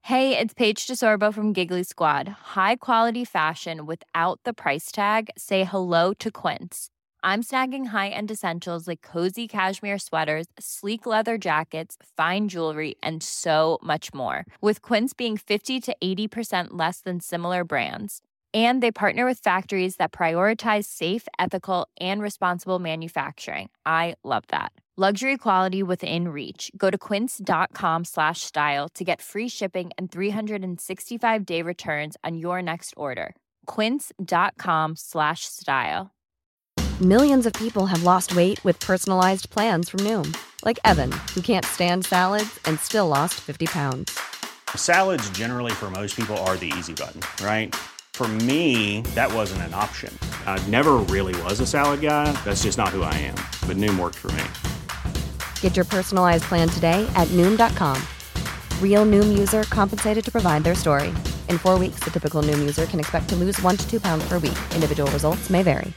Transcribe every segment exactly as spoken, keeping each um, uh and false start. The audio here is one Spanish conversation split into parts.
Hey, it's Paige DeSorbo from Giggly Squad. High quality fashion without the price tag. Say hello to Quince. I'm snagging high-end essentials like cozy cashmere sweaters, sleek leather jackets, fine jewelry, and so much more. With Quince being fifty to eighty percent less than similar brands. And they partner with factories that prioritize safe, ethical, and responsible manufacturing. I love that. Luxury quality within reach. Go to quince.com slash style to get free shipping and three sixty-five day returns on your next order. Quince.com slash style. Millions of people have lost weight with personalized plans from Noom. Like Evan, who can't stand salads and still lost fifty pounds. Salads generally for most people are the easy button, right? For me, that wasn't an option. I never really was a salad guy. That's just not who I am. But Noom worked for me. Get your personalized plan today at Noom dot com. Real Noom user compensated to provide their story. In four weeks, the typical Noom user can expect to lose one to two pounds per week. Individual results may vary.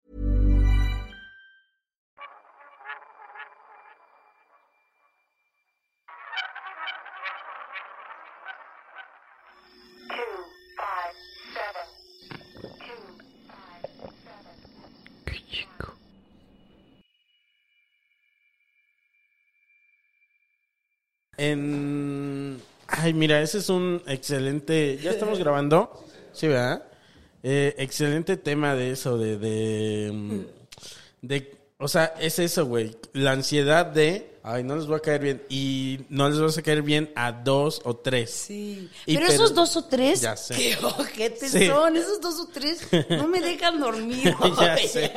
En... Ay, mira, ese es un excelente... ¿Ya estamos grabando? Sí, ¿verdad? Eh, excelente tema de eso, de, de... de... O sea, es eso, güey. La ansiedad de... Ay, no les va a caer bien. Y no les vas a caer bien a dos o tres. Sí. Y pero, pero esos dos o tres... Ya sé. ¡Qué ojetes Sí. son! Esos dos o tres no me dejan dormir. Ya güey. sé.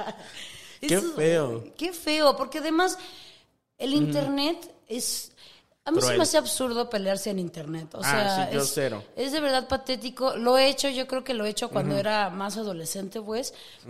Qué Eso- feo. Qué feo, porque además el internet es... A mí se Cruel. me hace absurdo pelearse en internet. O Ah, sea, sí, yo es, cero. es de verdad patético. Lo he hecho, yo creo que lo he hecho cuando era más adolescente, pues.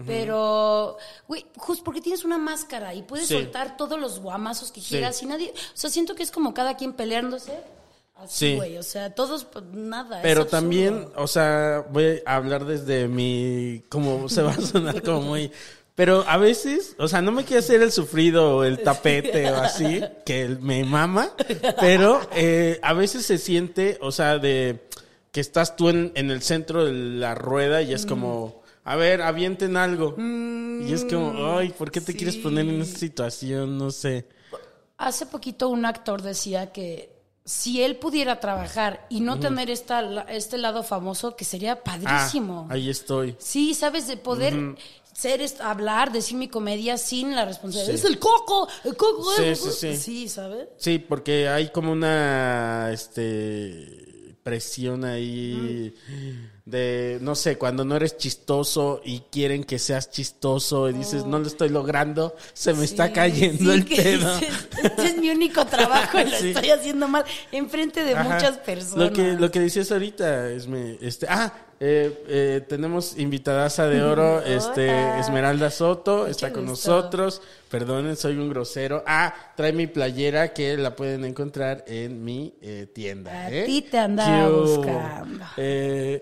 Pero, güey, justo porque tienes una máscara y puedes Sí. soltar todos los guamazos que Sí. quieras y nadie... O sea, siento que es como cada quien peleándose. Así, Sí. güey. O sea, todos, pues, nada. es Pero absurdo. también, o sea, voy a hablar desde mi... Como se va a sonar como muy... Pero a veces, o sea, no me quiero hacer el sufrido o el tapete o así, que me mama, pero eh, a veces se siente, o sea, de que estás tú en, en el centro de la rueda y es como, a ver, avienten algo. Y es como, ay, ¿por qué te sí. quieres poner en esa situación? No sé. Hace poquito un actor decía que si él pudiera trabajar y no tener esta, este lado famoso, que sería padrísimo. Ah, ahí estoy. Sí, sabes, de poder ser, est- hablar, decir mi comedia sin la responsabilidad. Sí. Es el coco, el coco. Sí, eh, sí, sí. Sí, ¿sabes? Sí, porque hay como una este presión ahí de, no sé, cuando no eres chistoso y quieren que seas chistoso y dices, no lo estoy logrando, se me está cayendo sí, el que pedo. dices, este es mi único trabajo y lo Sí. estoy haciendo mal enfrente de Ajá. muchas personas. Lo que, lo que decías ahorita es me, este, ah, eh, eh, tenemos invitadaza de oro, este, Hola. Esmeralda Soto, Mucho está con gusto. nosotros. Perdonen, soy un grosero. Ah, trae mi playera que la pueden encontrar en mi eh, tienda. A ¿eh? ti te andaba ¿Qué hubo? buscando. Eh,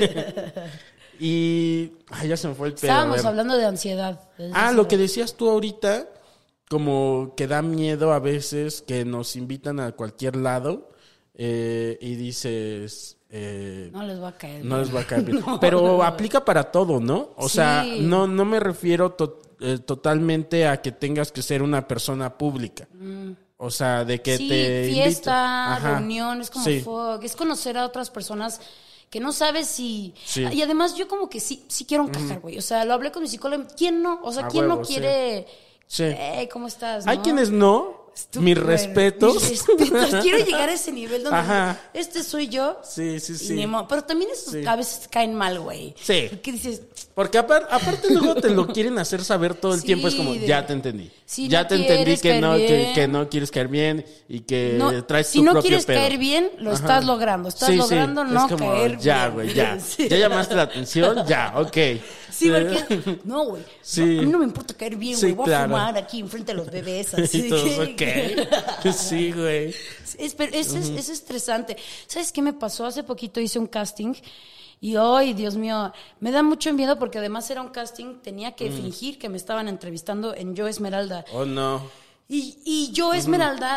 y, ay, ya se me fue el pedo. Estábamos a ver. hablando de ansiedad. Ah, lo que decías tú ahorita, como que da miedo a veces que nos invitan a cualquier lado eh, y dices... eh, No les va a caer. no bien. les va a caer bien. No, Pero no. aplica para todo, ¿no? O Sí. sea, no, no me refiero to- eh, totalmente a que tengas que ser una persona pública. O sea, de que Sí, te fiesta, inviten. Ajá. reunión, es como Sí. fuck, es conocer a otras personas que no sabes si... Sí. Y además yo como que sí, sí quiero encajar, güey. O sea, lo hablé con mi psicólogo. ¿Quién no? O sea, A ¿quién huevo, no sí. quiere... Sí. Hey, ¿cómo estás? Hay ¿no? quienes no. Tú, Mis bueno, respetos. Mis respetos. Quiero llegar a ese nivel donde Ajá. este soy yo. Sí, sí, y sí. ni modo. Pero también esos Sí. a veces caen mal, güey. Sí. Porque dices, Porque apar- aparte luego te lo quieren hacer saber todo el Sí, tiempo. Es como, de- ya te entendí. Si ya no te entendí quieres que caer no, que, bien. que no quieres caer bien y que no, traes si tu no propio quieres pedo. caer bien, lo Ajá. estás logrando. Estás Sí, sí. logrando Es no como, caer ya, bien. güey, ya. Sí. Ya llamaste la atención, ya, ok. Sí, porque... No, güey. Sí. A mí no me importa caer bien, Sí, güey. Voy claro. a fumar aquí enfrente de los bebés. Así Y todos, que- ok. Sí, güey. Es, pero es, es, es estresante. ¿Sabes qué me pasó? Hace poquito hice un casting y, ay, Dios mío, me da mucho miedo porque además era un casting, tenía que fingir que me estaban entrevistando en Yo Esmeralda. Oh, no. Y, y Yo Esmeralda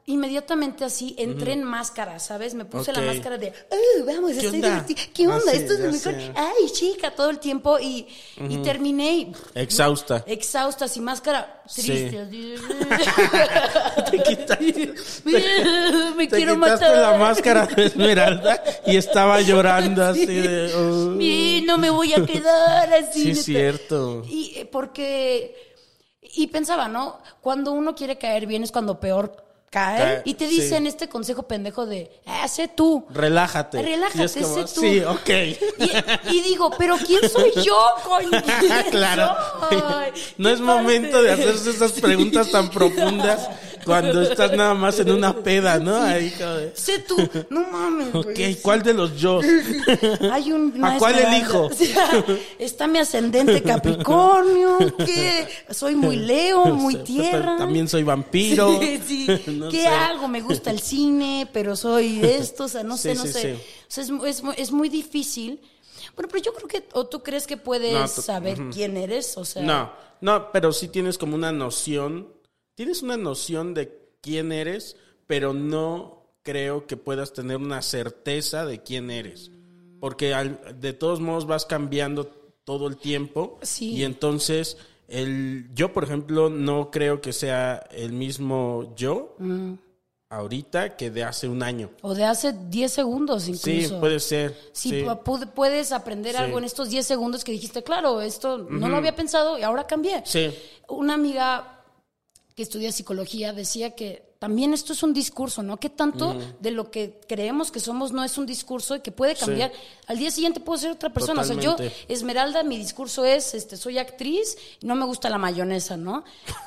inmediatamente así entré en máscara, ¿sabes? Me puse Okay. la máscara de, oh, vamos, ¿Qué estoy onda? divertida. ¿Qué onda? Ah, sí, Esto es lo ya mejor. sé. Ay, chica, todo el tiempo. Y, uh-huh. y terminé. Y, Exhausta. Exhausta, sin máscara. Triste. Sí. Así. Te quitaste, Me te quiero quitaste matar. la máscara de Esmeralda y estaba llorando así de... oh. Y no me voy a quedar así. Sí, neta. cierto. Y eh, porque... Y pensaba, ¿no? Cuando uno quiere caer bien es cuando peor cae. Cae, Y te dicen sí. este consejo pendejo de, ah, sé tú. Relájate. Relájate, Y es como, sé tú. sí, ok. Y, y digo, ¿pero quién soy yo, coño? ¿Quién Claro. soy? No ¿Qué es momento parte? de hacerse esas preguntas tan profundas cuando estás nada más en una peda, ¿no? Ahí como de, Sé tú. No mames, ok, güey. ¿cuál de los yo? Hay un, ¿A una cuál Esmeralda. elijo? O sea, está mi ascendente Capricornio, que soy muy Leo, muy O sea, tierra. También soy vampiro. Sí, sí. No ¿Qué sé. hago? Me gusta el cine, pero soy esto, o sea, no sé, Sí, no sí, sé. sí. O sea, es, mu- es, mu- es muy difícil. Bueno, pero yo creo que, o tú crees que puedes No, tú- saber quién eres, o sea. No, no, pero sí tienes como una noción, tienes una noción de quién eres, pero no creo que puedas tener una certeza de quién eres. Porque al- de todos modos vas cambiando todo el tiempo. Sí. Y entonces, el, yo, por ejemplo, no creo que sea el mismo yo ahorita que de hace un año. O de hace diez segundos incluso. Sí, puede ser. Sí, sí. pu- pu- puedes aprender Sí. algo en estos diez segundos que dijiste, claro, esto no lo había pensado y ahora cambié. Sí. Una amiga que estudia psicología decía que también esto es un discurso, ¿no? Que tanto de lo que creemos que somos no es un discurso y que puede cambiar. Sí. Al día siguiente puedo ser otra persona. O sea, yo, Totalmente. Esmeralda, mi discurso es, este, soy actriz y no me gusta la mayonesa, ¿no?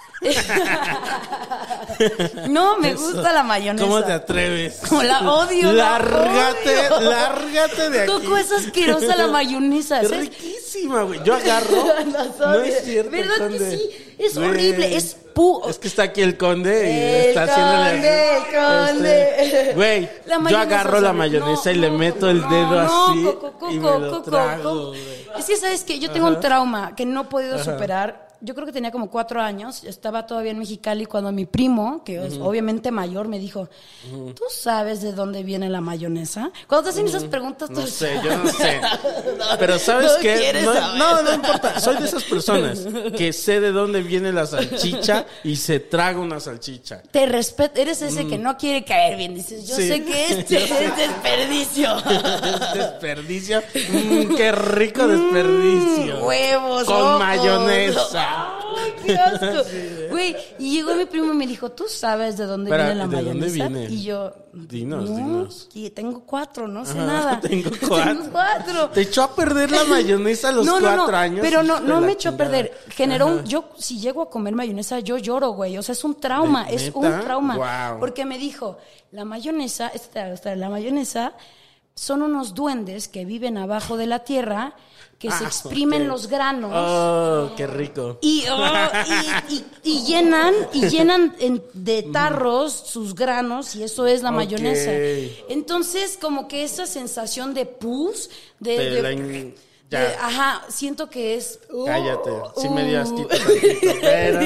No, me Eso. gusta la mayonesa. ¿Cómo te atreves? Como la odio, la Lárgate, odio. lárgate de aquí. Coco, es asquerosa la mayonesa. Es ¿sabes? riquísima, güey. Yo agarro. Las No odio. es cierto. ¿Verdad que Conde? sí? Es Güey. horrible, es pu... Es que está aquí el conde y El está haciéndole. conde, el conde. Este, Güey, La yo mayonesa agarro es la horrible. mayonesa y No, le no, meto el no, dedo no, así Coco, Coco, y me lo Coco, trago, Coco. güey. Es que, ¿sabes qué? Yo tengo un trauma que no he podido superar. Yo creo que tenía como cuatro años, estaba todavía en Mexicali cuando mi primo, que es obviamente mayor, me dijo, ¿tú sabes de dónde viene la mayonesa? Cuando te hacen esas preguntas, tú No sé, sabes. yo no sé. Pero ¿sabes no qué? quieres No, saber. no, no importa. Soy de esas personas que sé de dónde viene la salchicha y se traga una salchicha. Te respeto, eres ese que no quiere caer bien. Dices, yo Sí. sé que este es desperdicio. Es desperdicio. Mm, qué rico desperdicio. Huevos. Con ojos. mayonesa. Ay, qué asco. Güey, y llegó mi primo y me dijo, ¿tú sabes de dónde Pero, viene la ¿de dónde mayonesa? viene? Y yo, Dinos, no, dinos. y tengo cuatro, no sé Ajá, nada. Tengo cuatro. Tengo cuatro. Te echó a perder la mayonesa a los no, no, cuatro no, años. pero no, hijo no de me la echó a chingada. perder. Generó un, Ajá. yo, si llego a comer mayonesa, yo lloro, güey. O sea, es un trauma, ¿Ne- es neta? un trauma. Guau. Porque me dijo, la mayonesa, esta te va a gustar, la mayonesa son unos duendes que viven abajo de la tierra, que se Ah, exprimen ok. los granos. Oh, qué rico. Y, oh, y, y- y llenan y llenan en- de tarros sus granos y eso es la Ok. mayonesa. Entonces, como que esa sensación de pus, de, Te de- la in- de- ya. ajá, siento que es. uh, Cállate. Sí me dio uh. asquito tantito, pero...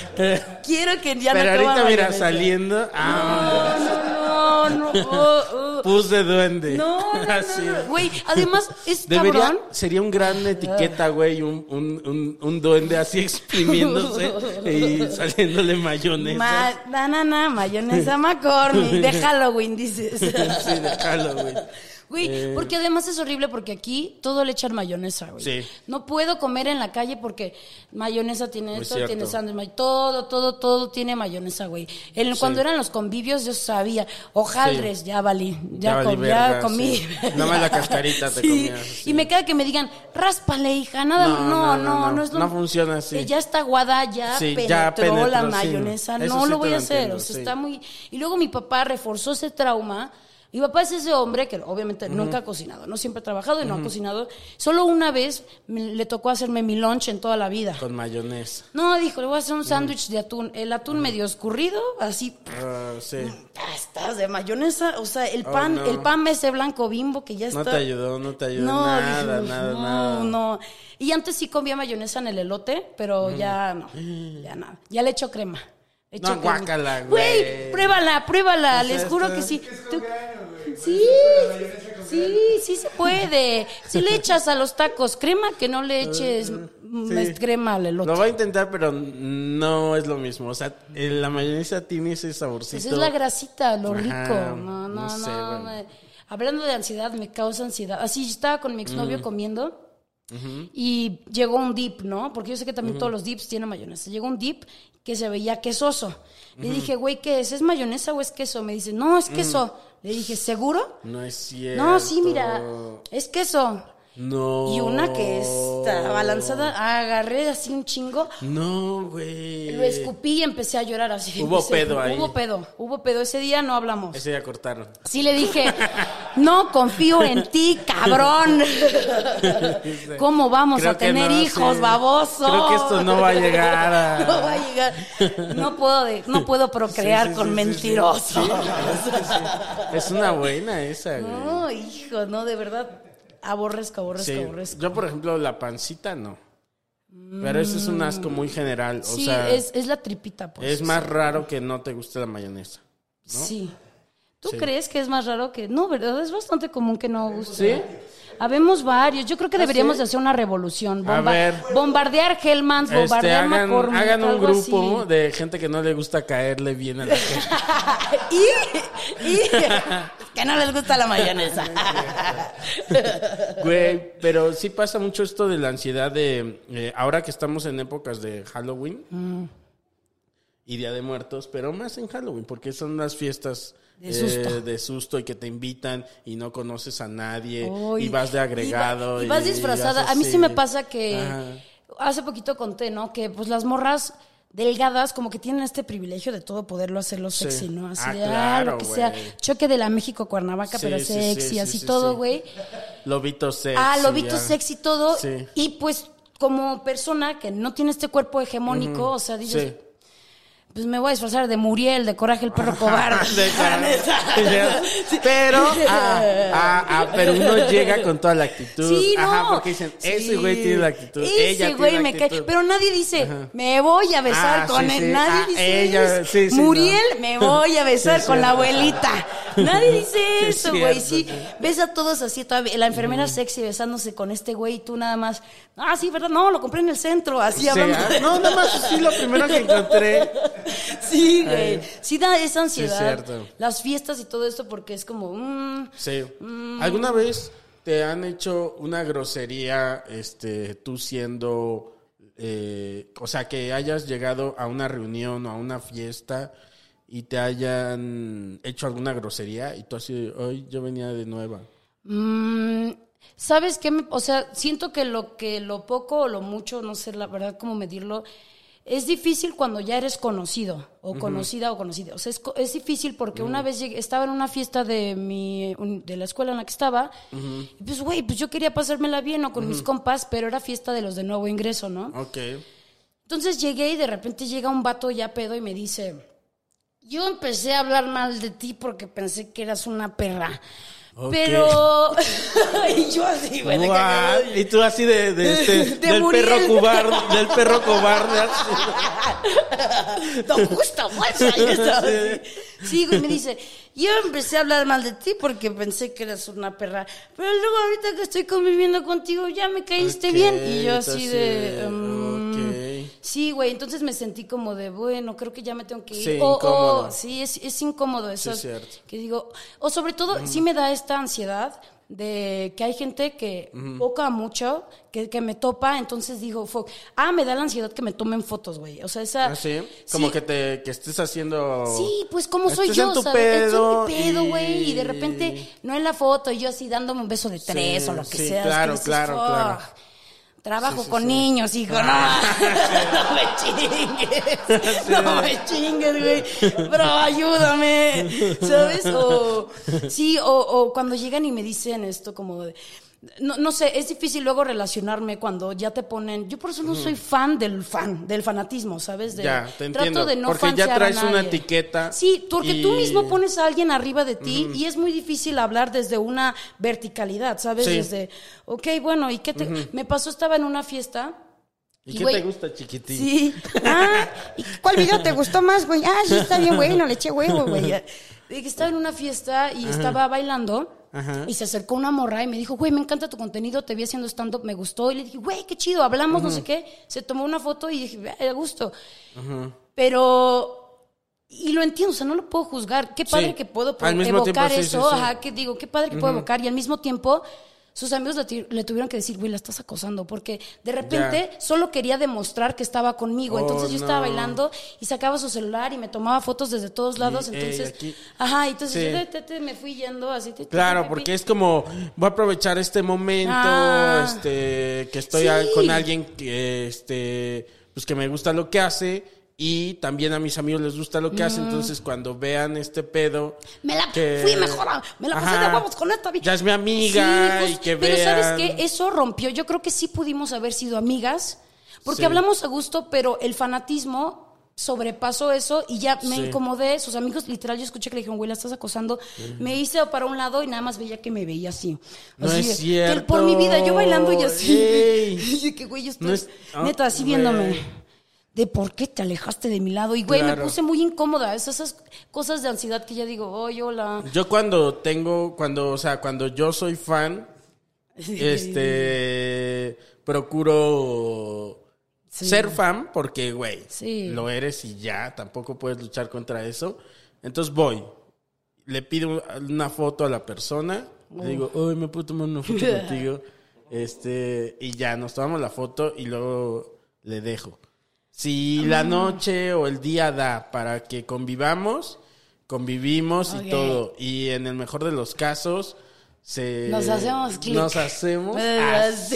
Quiero que ya Pero no coma ahorita, mira, mayonesa. saliendo... Ah, No, no, no. oh, oh. pus de duende. No, no, no, Así. no. Güey, además es Debería, cabrón. sería un gran etiqueta, güey, un, un, un, un duende así exprimiéndose y saliéndole mayonesa. Ma, na, na, na, mayonesa McCormick de Halloween, dices. Sí, de Halloween. Güey, Eh. porque además es horrible porque aquí todo le echan mayonesa, güey. Sí. No puedo comer en la calle porque mayonesa tiene Muy esto, cierto. tiene sándwich, may- todo, todo, todo tiene mayonesa, güey. En- Cuando eran los convivios yo sabía, hojaldres, Sí. ya valí, Ya ya, valí com- ya verga, comí. sí. Nada más la cascarita te Sí. comías, sí. Y me queda que me digan, ráspale, hija, nada, No, no, no, no, no, no, no. es lo- No funciona así. que ya está aguada, ya Sí, penetró, ya penetró, la sí. mayonesa, Eso no sí lo te voy lo a hacer, entiendo, o sea, sí. está muy... Y luego mi papá reforzó ese trauma. Mi papá es ese hombre que obviamente nunca ha cocinado, no siempre ha trabajado y no ha cocinado. Solo una vez me- le tocó hacerme mi lunch en toda la vida. Con mayonesa. No, dijo, le voy a hacer un sándwich de atún. El atún medio escurrido, así, Ah, sí. pastas de mayonesa. O sea, el Oh, pan, no. el pan ese blanco Bimbo que ya está... No te ayudó, no te ayudó No, nada, dije, nada, no, nada. no. Y antes sí comía mayonesa en el elote, pero ya no, ya nada. Ya le echo crema. hecho No, con- guácala, güey. Güey, pruébala, pruébala, O sea, les juro está- que sí. Tú- Sí, sí, sí se puede. Si le echas a los tacos crema, que no le eches mm, Sí. es crema al elote. Lo voy a intentar, pero no es lo mismo. O sea, eh, la mayonesa tiene ese saborcito. Esa es la grasita, lo Ajá, rico. No, no, no no. sé, güey. me- Hablando de ansiedad, me causa ansiedad. Así, yo estaba con mi exnovio Mm. comiendo y llegó un dip, ¿no? Porque yo sé que también todos los dips tienen mayonesa. Llegó un dip que se veía quesoso. Le dije, güey, ¿qué es? ¿Es mayonesa o es queso? Me dice, no, es queso. Le dije, ¿seguro? No es cierto. No, sí, mira, es queso. No. Y una que está balanzada, agarré así un chingo, No, güey. lo escupí y empecé a llorar así. Hubo Empecé- pedo ahí. Hubo pedo, hubo pedo. Ese día no hablamos. Ese ya cortaron. Sí le dije, no confío en ti, cabrón. ¿Cómo vamos Creo a que tener no, hijos, sí. baboso? Creo que esto no va a llegar a... No va a llegar. No puedo, de- no puedo procrear Sí, sí, con sí, sí, mentirosos. sí. Sí, la verdad es que sí. Es una buena esa, güey. No, hijo, no, de verdad. Aborrezco, aborrezco, Sí. aborrezco. Yo, por ejemplo, la pancita no. Pero ese es un asco muy general. O Sí, sea, es, es la tripita, pues. es más raro que no te guste la mayonesa. ¿no? Sí. ¿Tú Sí. crees que es más raro que...? No, ¿verdad? Es bastante común que no guste. ¿Sí? Habemos varios. Yo creo que deberíamos sí? de hacer una revolución. A ver. Bombardear Hellmann's, Este, bombardear hagan, McCormick, hagan un algo grupo así. de gente que no le gusta caerle bien a la gente. y, y que no les gusta la mayonesa. Güey, pero sí pasa mucho esto de la ansiedad de... eh, ahora que estamos en épocas de Halloween Mm. y Día de Muertos, pero más en Halloween, porque son las fiestas... De susto. eh, de susto y que te invitan y no conoces a nadie Uy, y vas de agregado. Y, va- y vas y disfrazada. vas A mí así. sí me pasa que Ajá. hace poquito conté, ¿no? Que pues las morras delgadas como que tienen este privilegio de todo poderlo hacerlo Sí. sexy, ¿no? Así Ah, de, ah, claro, lo que güey. sea. Choque de la México Cuernavaca, Sí, pero sí, sexy, sí, sí, así sí, todo, sí. güey. Lobito sexy. Ah, lobito ya. sexy todo. Sí. Y pues como persona que no tiene este cuerpo hegemónico, o sea, dices, Sí. pues me voy a disfrazar de Muriel, de Coraje el perro cobarde. De cara- pero, ah, ah, ah, pero uno llega con toda la actitud. Sí, no. Ajá, porque dicen, ese Sí. güey tiene la actitud. Ese ella güey tiene la me cae. actitud. Pero nadie dice, me voy a besar Ah, con sí, él. sí. Nadie Ah, dice ella, eso. sí, sí, Muriel, no. me voy a besar Sí, con sí. la abuelita. Nadie dice Sí, eso, es güey. cierto, Sí, sí. ves a todos así, todavía, la enfermera sexy besándose con este güey y tú nada más. Ah, sí, ¿verdad? No, lo compré en el centro. Así Sí, hablando. ah, no, nada más sí, lo primero que encontré. Sí, güey. Ay. Sí da esa ansiedad. cierto. Las fiestas y todo esto porque es como... mm, Sí. ¿Alguna vez te han hecho una grosería, este, tú siendo, eh, o sea, que hayas llegado a una reunión o a una fiesta y te hayan hecho alguna grosería y tú así, hoy yo venía de nueva? Mm, ¿sabes qué? Me- o sea, siento que lo que lo poco o lo mucho, no sé la verdad cómo medirlo, es difícil cuando ya eres conocido o conocida o conocido. O sea, es, co- es difícil porque una vez llegué- estaba en una fiesta de mi un- de la escuela en la que estaba y pues, güey, pues yo quería pasármela bien o con mis compas, pero era fiesta de los de nuevo ingreso, ¿no? Ok. Entonces llegué y de repente llega un vato ya pedo y me dice, yo empecé a hablar mal de ti porque pensé que eras una perra. Ok. Pero... y yo así, güey, de What? cagado. Y tú así de, de este, De del Muriel. perro cobarde, del perro cobarde. así. Don Justo, pues, ahí estaba así. Sí, güey, me dice, yo empecé a hablar mal de ti porque pensé que eras una perra, pero luego ahorita que estoy conviviendo contigo ya me caíste Ok, bien. Y yo tú así así de... de, mm, ok. Sí, güey, entonces me sentí como de, bueno, creo que ya me tengo que ir. Sí, o, incómodo. o- sí, es, es incómodo eso. Sí, cierto. Que digo, o sobre todo, sí me da esta ansiedad de que hay gente que poco a mucho, que, que me topa, entonces digo, fuck. Ah, me da la ansiedad que me tomen fotos, güey. O sea, esa... ¿Ah, sí? Como sí. que te que estés haciendo... Sí, pues como soy Estés yo, en tu ¿sabes? pedo Soy mi pedo, y- güey, y... de repente, no en la foto, y yo así dándome un beso de tres Sí, o lo que sí, sea. es claro, que dices, claro, "Fuck, claro". Trabajo Sí, sí, con sí. niños, hijo, no, no me chingues, no me chingues, güey, bro, ayúdame, ¿sabes? O, sí, o, o cuando llegan y me dicen esto como de... No, no sé, es difícil luego relacionarme cuando ya te ponen... Yo por eso no soy fan del fan, del fanatismo, ¿sabes? De, Ya, te entiendo. Trato de no Porque ya fansear a traes una nadie. etiqueta. Sí, porque tú y- mismo pones a alguien arriba de ti y es muy difícil hablar desde una verticalidad, ¿sabes? Sí. Desde, ok, bueno, ¿y qué te...? Me pasó, estaba en una fiesta ¿Y, Y, qué güey, te gusta, chiquitín? Sí. Ah, ¿y cuál video te gustó más, güey? Ah, sí, está bien, güey, no le eché huevo, güey. De que estaba en una fiesta y Ajá. estaba bailando. Ajá. Y se acercó una morra y me dijo, güey, me encanta tu contenido, te vi haciendo stand-up, me gustó. Y le dije, güey, qué chido, hablamos, uh-huh. no sé qué. Se tomó una foto y dije, a gusto. Uh-huh. Pero, y lo entiendo, o sea, no lo puedo juzgar. Qué padre sí. que puedo evocar tiempo, eso. Sí, sí, sí. Ajá, que digo, qué padre que uh-huh. puedo evocar. Y al mismo tiempo, sus amigos le, t- le tuvieron que decir, güey, la estás acosando. Porque de repente ya. solo quería demostrar que estaba conmigo. Oh, entonces yo no. estaba bailando y sacaba su celular y me tomaba fotos desde todos lados. Y, entonces, hey, ajá, entonces sí. yo te, te, te, me fui yendo así. Te, te, claro, te, te, porque es como, voy a aprovechar este momento, ah, este, que estoy sí. a, con alguien que, este, pues que me gusta lo que hace. Y también a mis amigos les gusta lo que mm. hace. Entonces cuando vean este pedo, me la que, fui mejor, me la pasé de huevos con esta. Ya es mi amiga, sí, pues, y que pero vean. ¿sabes qué? Eso rompió. Yo creo que sí pudimos haber sido amigas, porque sí. hablamos a gusto, pero el fanatismo sobrepasó eso y ya me sí. incomodé. Sus amigos, literal, yo escuché que le dijeron, güey, la estás acosando. Uh-huh. Me hice para un lado y nada más veía que me veía así. No así, es cierto. Que por mi vida, yo bailando y así. Hey. Y que, güey, yo estoy no es... oh, neta así güey. viéndome. De por qué te alejaste de mi lado. Y, güey, claro. me puse muy incómoda. Esas, esas cosas de ansiedad que ya digo, oye, oh, hola. Yo cuando tengo, cuando, o sea, cuando yo soy fan, este, procuro sí. ser fan porque, güey, sí. lo eres y ya, tampoco puedes luchar contra eso. Entonces voy, le pido una foto a la persona, oh. le digo, oye, ¿me puedo tomar una foto contigo? Este, y ya, nos tomamos la foto y luego le dejo. Si ah. la noche o el día da para que convivamos, convivimos okay. y todo. Y en el mejor de los casos, se... Nos hacemos clic. Nos hacemos así.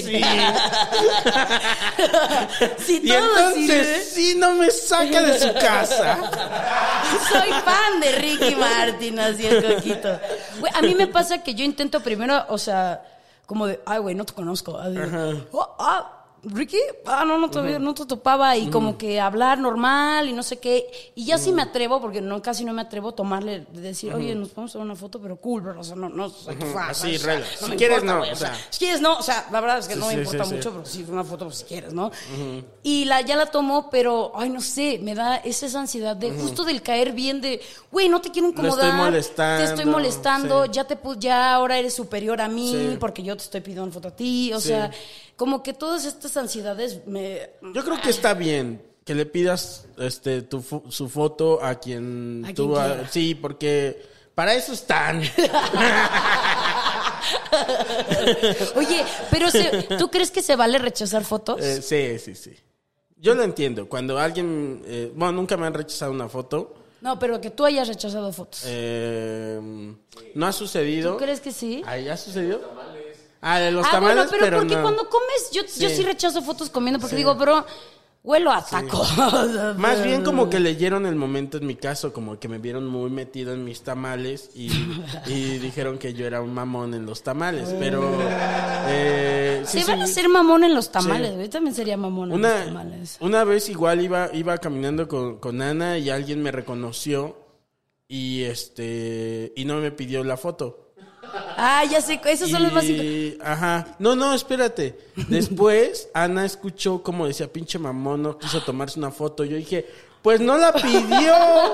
Sí, y entonces sí no me saca de su casa. Soy fan de Ricky Martin, así el coquito. Güey, a mí me pasa que yo intento primero, o sea, como de, ay, güey, no te conozco. Así, oh, ah, Ricky, ah, no, no te, uh-huh. no te topaba y uh-huh. como que hablar normal y no sé qué. Y ya uh-huh. sí me atrevo, porque no casi no me atrevo a tomarle, decir, oye, nos podemos tomar una foto, pero cool, pero o sea, no, no, sé qué uh-huh. faz, así, o sea, relax. no si quieres, importa, no. Wey, O sea, si quieres, no. O sea, la verdad es que sí, no me sí, importa sí, mucho, sí. pero sí, una foto, pues si quieres, ¿no? Uh-huh. Y la, ya la tomo, pero, ay, no sé, me da esa, esa ansiedad de uh-huh. justo del caer bien, de, güey, no te quiero incomodar. No estoy molestando. Te estoy molestando, sí. ya te ya ahora eres superior a mí, sí. porque yo te estoy pidiendo una foto a ti, o sí. sea... Como que todas estas ansiedades me... Yo creo que está bien que le pidas este tu su foto a quien ¿A tú... quien a, sí, porque para eso están. Oye, pero se, ¿tú crees que se vale rechazar fotos? Eh, sí, sí, sí. Yo lo entiendo. Cuando alguien... Eh, bueno, nunca me han rechazado una foto. No, pero que tú hayas rechazado fotos. Eh, no ha sucedido. ¿Tú crees que sí? ¿Ahí ha sucedido? Ah, de los ah, tamales, bueno, pero, pero porque no. cuando comes, yo sí. yo sí rechazo fotos comiendo, porque sí. digo, bro, huelo a taco. Sí. Más bien como que leyeron el momento en mi caso, como que me vieron muy metido en mis tamales y, y dijeron que yo era un mamón en los tamales, pero... Eh, sí, sí, van sí. a ser mamón en los tamales, sí. Yo también sería mamón en una, los tamales. Una vez igual iba, iba caminando con, con Ana y alguien me reconoció y, este, y no me pidió la foto. Ah, ya sé, esos son y, los más importantes. Ajá, no, no, espérate. Después Ana escuchó como decía, pinche mamón, no quiso tomarse una foto. Yo dije, pues no la pidió.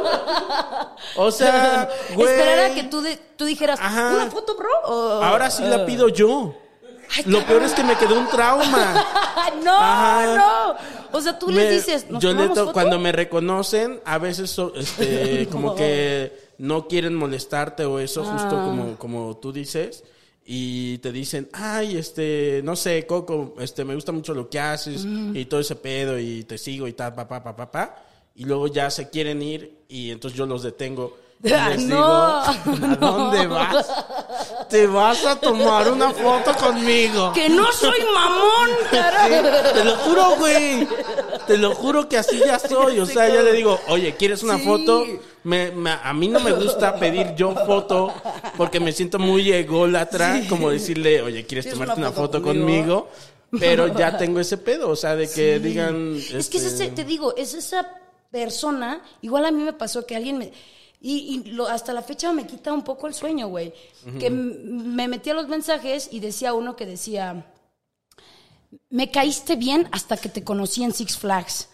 O sea, güey. Esperar a que tú, de, tú dijeras, ajá. ¿una foto, bro? O, ahora sí uh. la pido yo. Ay, lo peor es que me quedó un trauma. No, ajá. no. O sea, tú me, les dices, ¿nos yo tomamos le to- foto? Cuando me reconocen, a veces so, este, como no. que no quieren molestarte o eso, ah. justo como, como tú dices. Y te dicen, ay, este, no sé, Coco, este, me gusta mucho lo que haces mm. y todo ese pedo y te sigo y tal, papá, papá, papá. Y luego ya se quieren ir y entonces yo los detengo. Y les no, digo, ¿a no. dónde vas? Te vas a tomar una foto conmigo. Que no soy mamón, carajo. Sí, te lo juro, güey. Te lo juro que así ya soy. O sea, ya le digo, oye, ¿quieres una sí. foto? Me, me, a mí no me gusta pedir yo foto porque me siento muy ególatra, sí. como decirle, oye, ¿quieres tomarte una foto, una foto conmigo? conmigo? Pero ya tengo ese pedo, o sea, de que sí. digan... Es este... que es ese, te digo, es esa persona, igual a mí me pasó que alguien me... Y, y lo, hasta la fecha me quita un poco el sueño, güey. Uh-huh. Que m- me metía los mensajes y decía uno que decía... me caíste bien hasta que te conocí en Six Flags.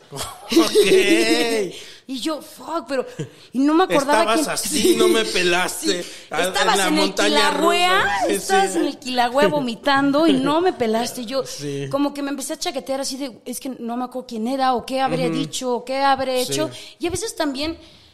Ok. Y yo, fuck, pero... Y no me acordaba Estabas quién- así, no me pelaste. Sí, a- estabas la en, el montaña Kilauea, rusa. Sí, estabas sí. en el Kilauea vomitando y no me pelaste. Yo Sí. como que me empecé a chaquetear así de, es que no me acuerdo quién era o qué habré dicho o qué habré Sí. hecho. Y a veces también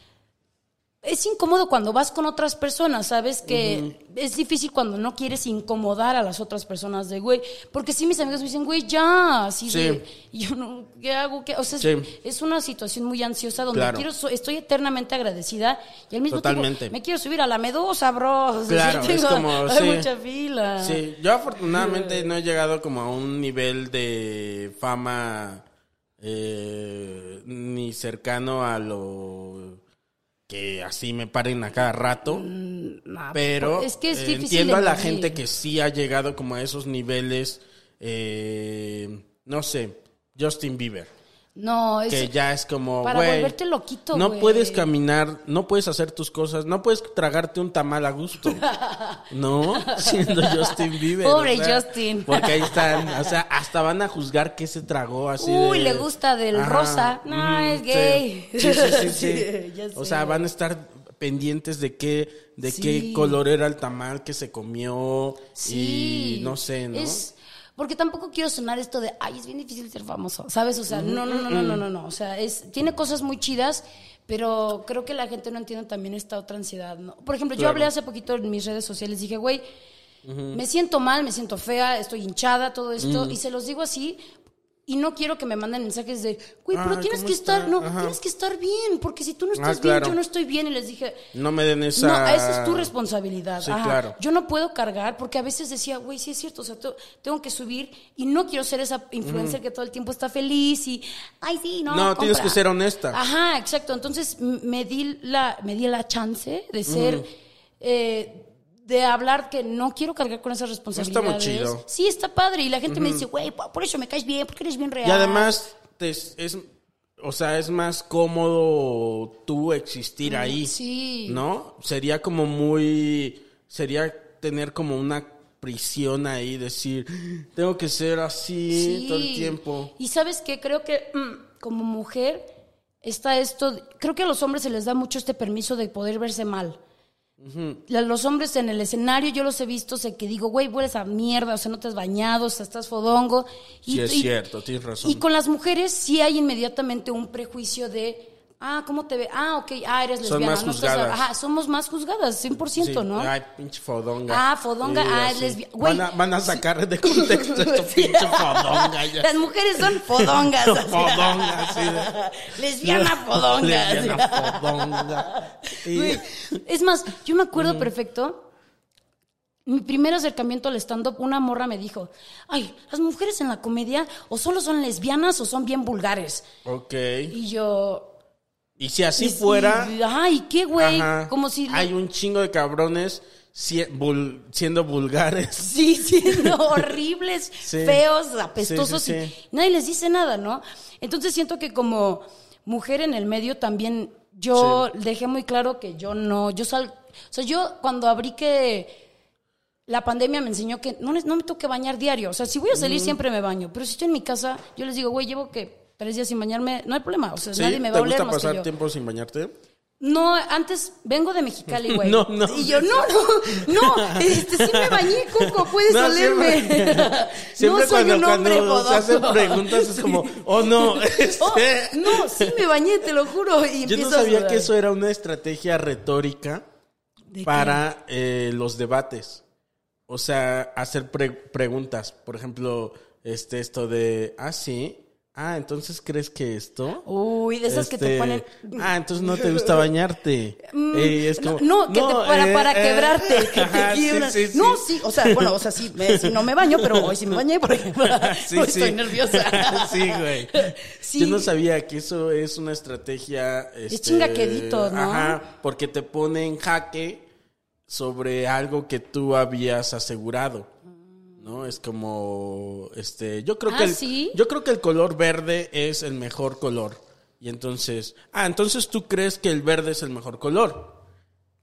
es incómodo cuando vas con otras personas, ¿sabes? Que es difícil cuando no quieres incomodar a las otras personas de, güey, porque sí mis amigos me dicen, güey, ya, así Sí. de, y yo no, ¿qué hago? ¿Qué? O sea, es, Sí. es una situación muy ansiosa donde Claro. quiero, so- estoy eternamente agradecida y al mismo Totalmente. tiempo me quiero subir a la medusa, bro. O sea, Claro, sí es tengo- como, hay sí. mucha fila. Sí, yo afortunadamente no he llegado como a un nivel de fama eh, ni cercano a lo que así me paren a cada rato, Nah, pero es que es eh, difícil entiendo de a la medir. gente que sí ha llegado como a esos niveles, eh, no sé, Justin Bieber. No, es Que ya es como, para güey, volverte loquito, no güey. puedes caminar, no puedes hacer tus cosas, no puedes tragarte un tamal a gusto. No, siendo Justin Bieber. Pobre o sea, Justin. Porque ahí están, o sea, hasta van a juzgar qué se tragó así Uy, de- le gusta del Ajá, rosa. No, es sí. gay. Sí, sí, sí, sí. Sí, ya O sé. sea, van a estar pendientes de qué, de Sí. qué color era el tamal que se comió Sí. y no sé, ¿no? Es porque tampoco quiero sonar esto de, ay, es bien difícil ser famoso, ¿sabes? O sea, no, no, no, no, no, no, no. O sea, es, tiene cosas muy chidas, pero creo que la gente no entiende también esta otra ansiedad, ¿no? Por ejemplo, yo Claro. hablé hace poquito en mis redes sociales, dije, güey, me siento mal, me siento fea, estoy hinchada, todo esto, y se los digo así. Y no quiero que me manden mensajes de, güey, pero Ay, tienes ¿cómo que estar, está? no, Ajá. tienes que estar bien, porque si tú no estás Ah, bien, claro. yo no estoy bien. Y les dije, No me den esa... no, esa es tu responsabilidad. Sí, Ajá. claro. Yo no puedo cargar, porque a veces decía, güey, sí es cierto, o sea, te- tengo que subir y no quiero ser esa influencer que todo el tiempo está feliz y, ay, sí, no, No, tienes compra". que ser honesta. Ajá, exacto. Entonces m- me di la, me di la chance de ser, eh, de hablar que no quiero cargar con esas responsabilidades. muy chido. Sí, está padre. Y la gente me dice, güey, por eso me caes bien, porque eres bien real. Y además, te- es, es- o sea, es más cómodo tú existir ahí. sí. ¿No? Sería como muy... Sería tener como una prisión ahí, decir, tengo que ser así Sí. todo el tiempo. Y sabes qué, creo que mm, como mujer está esto, creo que a los hombres se les da mucho este permiso de poder verse mal. La- Los hombres en el escenario, yo los he visto, sé que digo, güey, hueles a mierda, o sea, no te has bañado, o sea, estás fodongo. Sí, es cierto, tienes razón. Y con las mujeres sí hay inmediatamente un prejuicio de, ah, ¿cómo te ve? Ah, ok, ah, eres Son lesbiana. más no estás- juzgadas. ajá, somos más juzgadas, cien por ciento, Sí. ¿no? Ay, pinche fodonga. Ah, fodonga, ah, es así. lesbi- güey. Van a, van a sacar de contexto esto, Sí. pinche fodonga. Ya. Las mujeres son fodongas. así. Fodonga, sí. de- Lesbiana fodonga. Lesbiana así. fodonga. Y- Güey, es más, yo me acuerdo perfecto. Mi primer acercamiento al stand-up, una morra me dijo, ay, las mujeres en la comedia o solo son lesbianas o son bien vulgares. Ok. Y yo... Y si así y- fuera... y- ay, ¿qué, güey? ajá, Como si... hay un chingo de cabrones si- vul- siendo vulgares. Sí, siendo horribles, Sí. feos, apestosos, Sí, sí, y sí. nadie les dice nada, ¿no? Entonces siento que como mujer en el medio también yo Sí. dejé muy claro que yo no, yo sal, o sea, yo cuando abrí que la pandemia me enseñó que no, no me tengo que bañar diario, o sea, si voy a salir siempre me baño, pero si estoy en mi casa, yo les digo, güey, llevo que tres días sin bañarme, no hay problema, o sea, ¿Sí? nadie me va ¿Te a oler gusta más que pasar yo. tiempo sin bañarte? No, antes vengo de Mexicali, güey. No, no. Y yo, no, no, no, este, sí me bañé, Coco, puedes No, olerme. Siempre no soy cuando, un hombre cuando se hacen fodongo. preguntas es como, oh no, este, Oh, no, sí me bañé, te lo juro. Y yo no empiezo a sabía sudar. que eso era una estrategia retórica ¿De qué? para eh, los debates. O sea, hacer pre- preguntas. Por ejemplo, este esto de, ah, sí, ah, entonces crees que esto. Uy, de esas que te Este, ponen... Ah, entonces no te gusta bañarte. Eh, es como, no, que te para, eh, para eh, quebrarte, que te ajá, sí, quiebran. sí, sí. No, sí, o sea, bueno, o sea, sí, me- sí, no me baño, pero hoy sí me bañé porque Sí, hoy sí. estoy nerviosa. Sí, güey. Sí. Yo no sabía que eso es una estrategia. Este, chingaquedito, ¿no? Ajá, porque te pone en jaque sobre algo que tú habías asegurado. ¿No? Es como, este, yo creo Ah, que el, ¿sí? yo creo que el color verde es el mejor color. Y entonces, ah, entonces tú crees que el verde es el mejor color.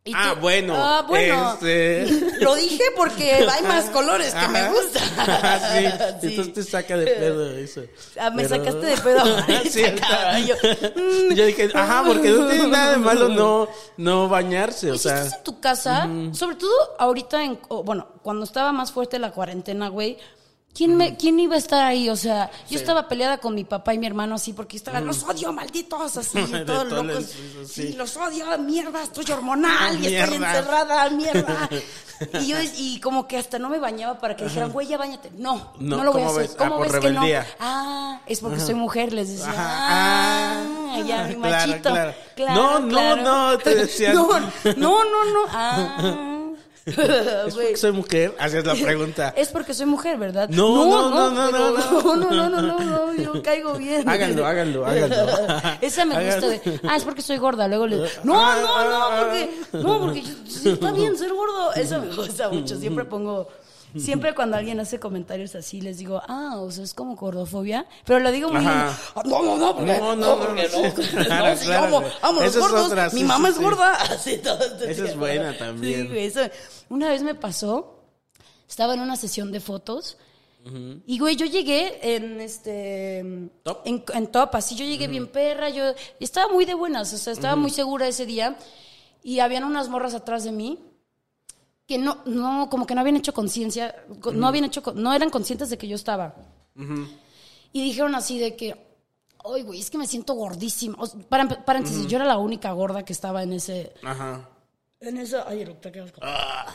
¿Y Ah, tú? bueno. Ah, bueno. Este... Lo dije porque hay más colores que Ajá. me gustan. sí. Sí. Entonces te saca de pedo eso. Ah, me Pero- sacaste de pedo. sí, Cabrón, yo, yo dije, ajá, porque no tiene nada de malo no, no bañarse, o Y si sea. estás en tu casa, sobre todo ahorita, en, o, bueno, cuando estaba más fuerte la cuarentena, güey, ¿quién, me, ¿quién iba a estar ahí? O sea, yo Sí. estaba peleada con mi papá y mi hermano así, porque estaban, los odio, malditos, así, De todos todo locos. el- sí. Sí, los odio, mierda, estoy hormonal y estoy Mierda. encerrada, mierda. Y yo, y como que hasta no me bañaba para que dijeran, güey, ya bañate. No, No, no, lo voy a ¿cómo hacer. ves? ¿Cómo Ah, por ves que no? rebeldía. Ah, es porque soy mujer, les decía. Ajá. Ah, ya, mi Claro, machito. claro. Claro, No, no, claro. no, te decían. No, no, no, no. Ah. ¿Es Güey. porque soy mujer? Hacías la pregunta. Es porque soy mujer, ¿verdad? No, no, no, no, pero- no, no, no, no, no, no, yo caigo bien. Háganlo, háganlo, háganlo. Esa me gusta Háganlo. de, ah, es porque soy gorda, luego le, no, no, no, porque, no, porque yo- sí, está bien ser gordo. Eso me gusta mucho, siempre pongo, siempre cuando alguien hace comentarios así, les digo, ah, o sea, es como gordofobia, pero lo digo muy, Ajá. "Ah, no, no, no, porque, No, no, no, no, porque no, no, sí, no, claro, sí, claro, amo, güey. amo los Esa es gordos, otra, mi sí, mamá sí, es sí. gorda, así todo. Esa es buena también. Sí, güey, eso, una vez me pasó, estaba en una sesión de fotos. Y güey, yo llegué en este ¿Top? En, en top, así yo llegué bien perra, yo y estaba muy de buenas, o sea, estaba muy segura ese día. Y habían unas morras atrás de mí que no, no, como que no habían hecho conciencia, co- no habían hecho, co- no eran conscientes de que yo estaba. Y dijeron así de que, ay, güey, es que me siento gordísima. O sea, para, paréntesis, yo era la única gorda que estaba en ese, Ajá. en esa, ay, eructa, qué asco.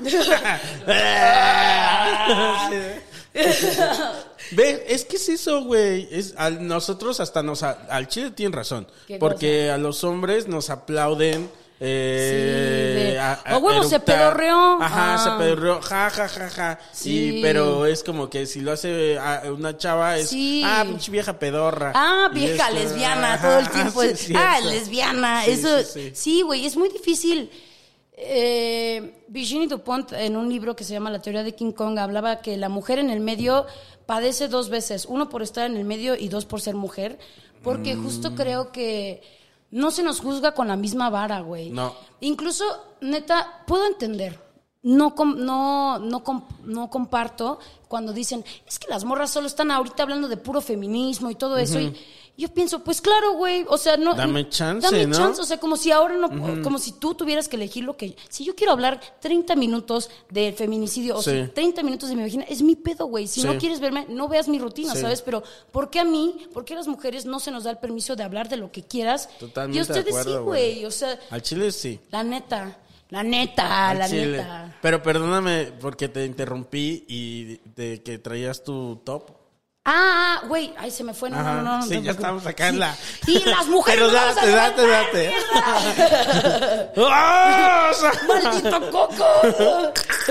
Ve, es que es eso, güey. Es, al- nosotros hasta nos... a- al chile tienen razón. ¿Qué Porque a los hombres nos aplauden... Eh, Sí, de, a- a- "A huevo, se eructar". pedorreó. Ajá, Ah. se pedorreó. Ja, ja, ja, ja. Sí. Y, pero es como que si lo hace a una chava es... Sí. Ah, pinche vieja pedorra. Ah, Y vieja esto, lesbiana, ajá, todo el tiempo. sí, es, cierto. ah, lesbiana. Sí, eso, sí, sí. sí, güey, es muy difícil. Eh, Virginie Dupont, en un libro que se llama La teoría de King Kong, hablaba que la mujer en el medio padece dos veces. Uno, por estar en el medio, y dos, por ser mujer. Porque Mm. justo creo que no se nos juzga con la misma vara, güey. No. Incluso, neta, puedo entender. No, com- no, no, com- no comparto cuando dicen, es que las morras solo están ahorita hablando de puro feminismo y todo eso. Y yo pienso, pues claro, güey, o sea, no... Dame chance, dame ¿no? chance, o sea, como si ahora no... Como si tú tuvieras que elegir lo que... Si yo quiero hablar treinta minutos del feminicidio, o Sí. sea, treinta minutos de mi vagina, es mi pedo, güey. Si Sí. no quieres verme, no veas mi rutina, Sí. ¿sabes? Pero, ¿por qué a mí, por qué a las mujeres no se nos da el permiso de hablar de lo que quieras? Totalmente Y a ustedes de acuerdo, sí, güey, o sea... Al chile sí. La neta, la neta, Al la chile. neta. Pero perdóname porque te interrumpí y de que traías tu top. Ah, ah, güey, ay, se me fue, no, Ajá. no, no, no. Sí, no, ya no, estamos no. acá en la... Sí. Y las mujeres Pero no vamos a date, date, levantar, date. mierda. ¡Ah! ¡Maldito coco!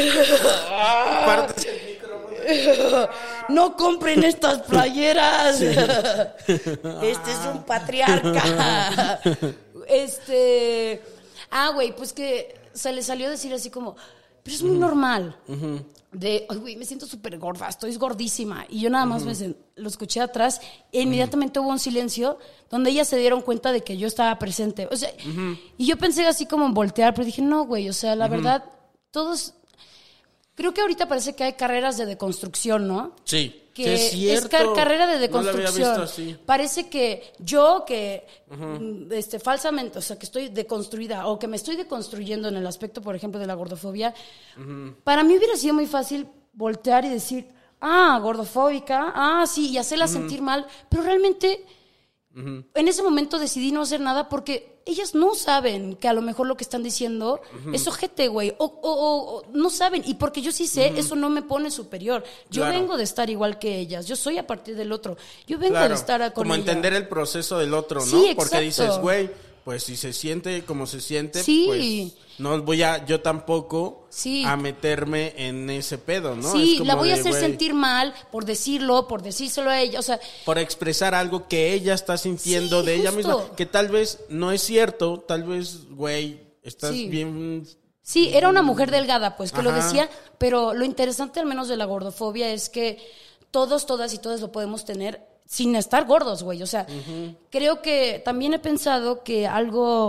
Parte- No compren estas playeras. Este es un patriarca. Este. Ah, güey, pues que se le salió a decir así como, pero es muy normal. De, ay, güey, me siento súper gorda, estoy gordísima. Y yo nada más me sen- lo escuché atrás. E inmediatamente hubo un silencio donde ellas se dieron cuenta de que yo estaba presente. O sea, y yo pensé así como en voltear, pero dije, no, güey, o sea, la verdad, todos. Creo que ahorita parece que hay carreras de deconstrucción, ¿no? Sí. Que sí, es es, cierto. car- carrera de No lo deconstrucción. había visto así. Parece que yo que mm, este falsamente, o sea, que estoy deconstruida o que me estoy deconstruyendo en el aspecto, por ejemplo, de la gordofobia, para mí hubiera sido muy fácil voltear y decir, ah, gordofóbica, ah, sí, y hacerla sentir mal, pero realmente en ese momento decidí no hacer nada porque ellas no saben que a lo mejor lo que están diciendo es ojete, güey. O, o- o- o no saben. Y porque yo sí sé, eso no me pone superior. Yo Claro. vengo de estar igual que ellas. Yo soy a partir del otro. Yo vengo Claro, de estar a- con como ella. entender el proceso del otro, ¿no? Sí, Porque exacto. dices, güey, pues si se siente como se siente, Sí. pues no voy a yo tampoco Sí. a meterme en ese pedo, ¿no? Sí, Es como la voy a de, hacer güey, sentir mal por decirlo, por decírselo a ella. O sea, por expresar algo que ella está sintiendo Sí, de ella justo. misma, que tal vez no es cierto, tal vez, güey, estás Sí. bien. sí, era una mujer delgada, pues, que lo Ajá. decía. Pero lo interesante, al menos de la gordofobia, es que todos, todas y todas lo podemos tener sin estar gordos, güey. O sea, creo que también he pensado que algo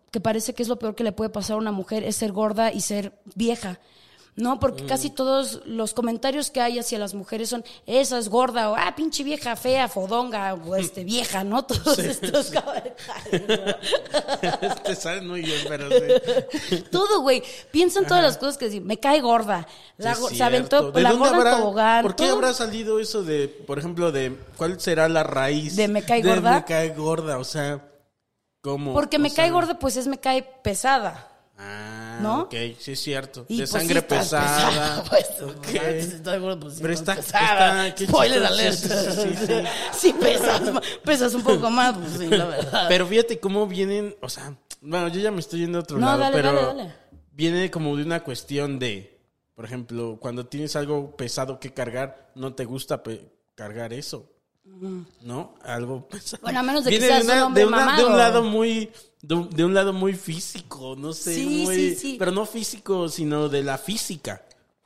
que parece que es lo peor que le puede pasar a una mujer, es ser gorda y ser vieja. No, porque mm. casi todos los comentarios que hay hacia las mujeres son, esa es gorda, o ah, pinche vieja, fea, fodonga, o este, vieja, ¿no? Todos sí, estos sí. comentarios. ¿No? Te salen muy bien, pero sí. Todo, güey. Piensan todas las cosas que decir, me cae gorda. La, sí, se aventó, la gorda habrá, en tobogán. ¿Por qué todo? habrá salido eso de, por ejemplo, de cuál será la raíz? ¿De me cae de gorda? Me cae gorda, o sea, ¿cómo? Porque o me sea, cae gorda, pues es me cae pesada. Ah, ¿no? ok, sí es cierto. Y de pues sangre sí pesada. pesada. Pues, okay. Estoy gordo, pues, sí, pero está, pesada. está Spoiler chistoso. alert. Sí, sí, sí, sí. Sí pesas, pesas un poco más, pues sí, la verdad. Pero fíjate cómo vienen, o sea, bueno, yo ya me estoy yendo a otro no, lado, dale, pero dale, dale. viene como de una cuestión de, por ejemplo, cuando tienes algo pesado que cargar, no te gusta pe- cargar eso. ¿No? Algo pesado. Bueno, a menos de que viene seas de una, un hombre de, una, mamado. de un lado muy de un, de un lado muy físico, no sé, Sí, muy, sí, sí. pero no físico, sino de la física.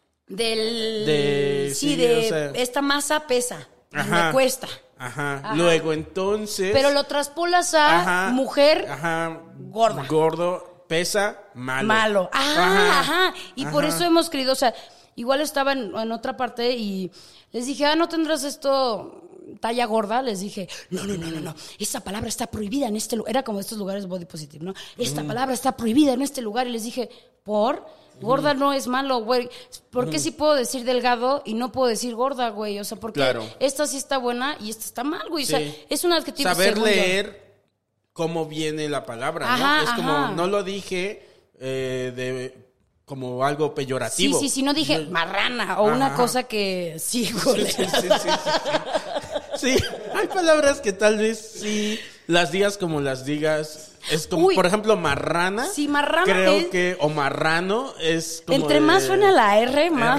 Del... De- sí, sí, de... o sea- esta masa pesa. y Ajá. me cuesta. Ajá. Ajá. Luego entonces Pero lo traspolas a Ajá. mujer Ajá. gorda. Gordo, pesa, malo. malo. Ah, Ajá. ajá. Y por Ajá. eso hemos querido, o sea, igual estaba en, en otra parte y les dije, ah, ¿no tendrás esto talla gorda? Les dije, no, no, no, no, no. Esa palabra está prohibida en este lugar. Era como estos lugares body positive, ¿no? Esta Mm. palabra está prohibida en este lugar. Y les dije, ¿por? Gorda no es malo, güey. ¿Por qué sí puedo decir delgado y no puedo decir gorda, güey? O sea, porque Claro. esta sí está buena y esta está mal, güey. O sea, Sí. es un adjetivo. Saber según yo. leer cómo viene la palabra, Ajá, ¿no? Es como, ajá. no lo dije eh, de como algo Sí, peyorativo. sí, sí, no dije Yo- marrana o una Ajá. cosa que sí, Sí, güey. sí, sí, sí, sí, sí. Sí, hay palabras que tal vez sí las digas como las digas. Es como, Uy. por ejemplo, marrana. Sí, marrana Creo es- que, o marrano es como Entre de- más suena la R, más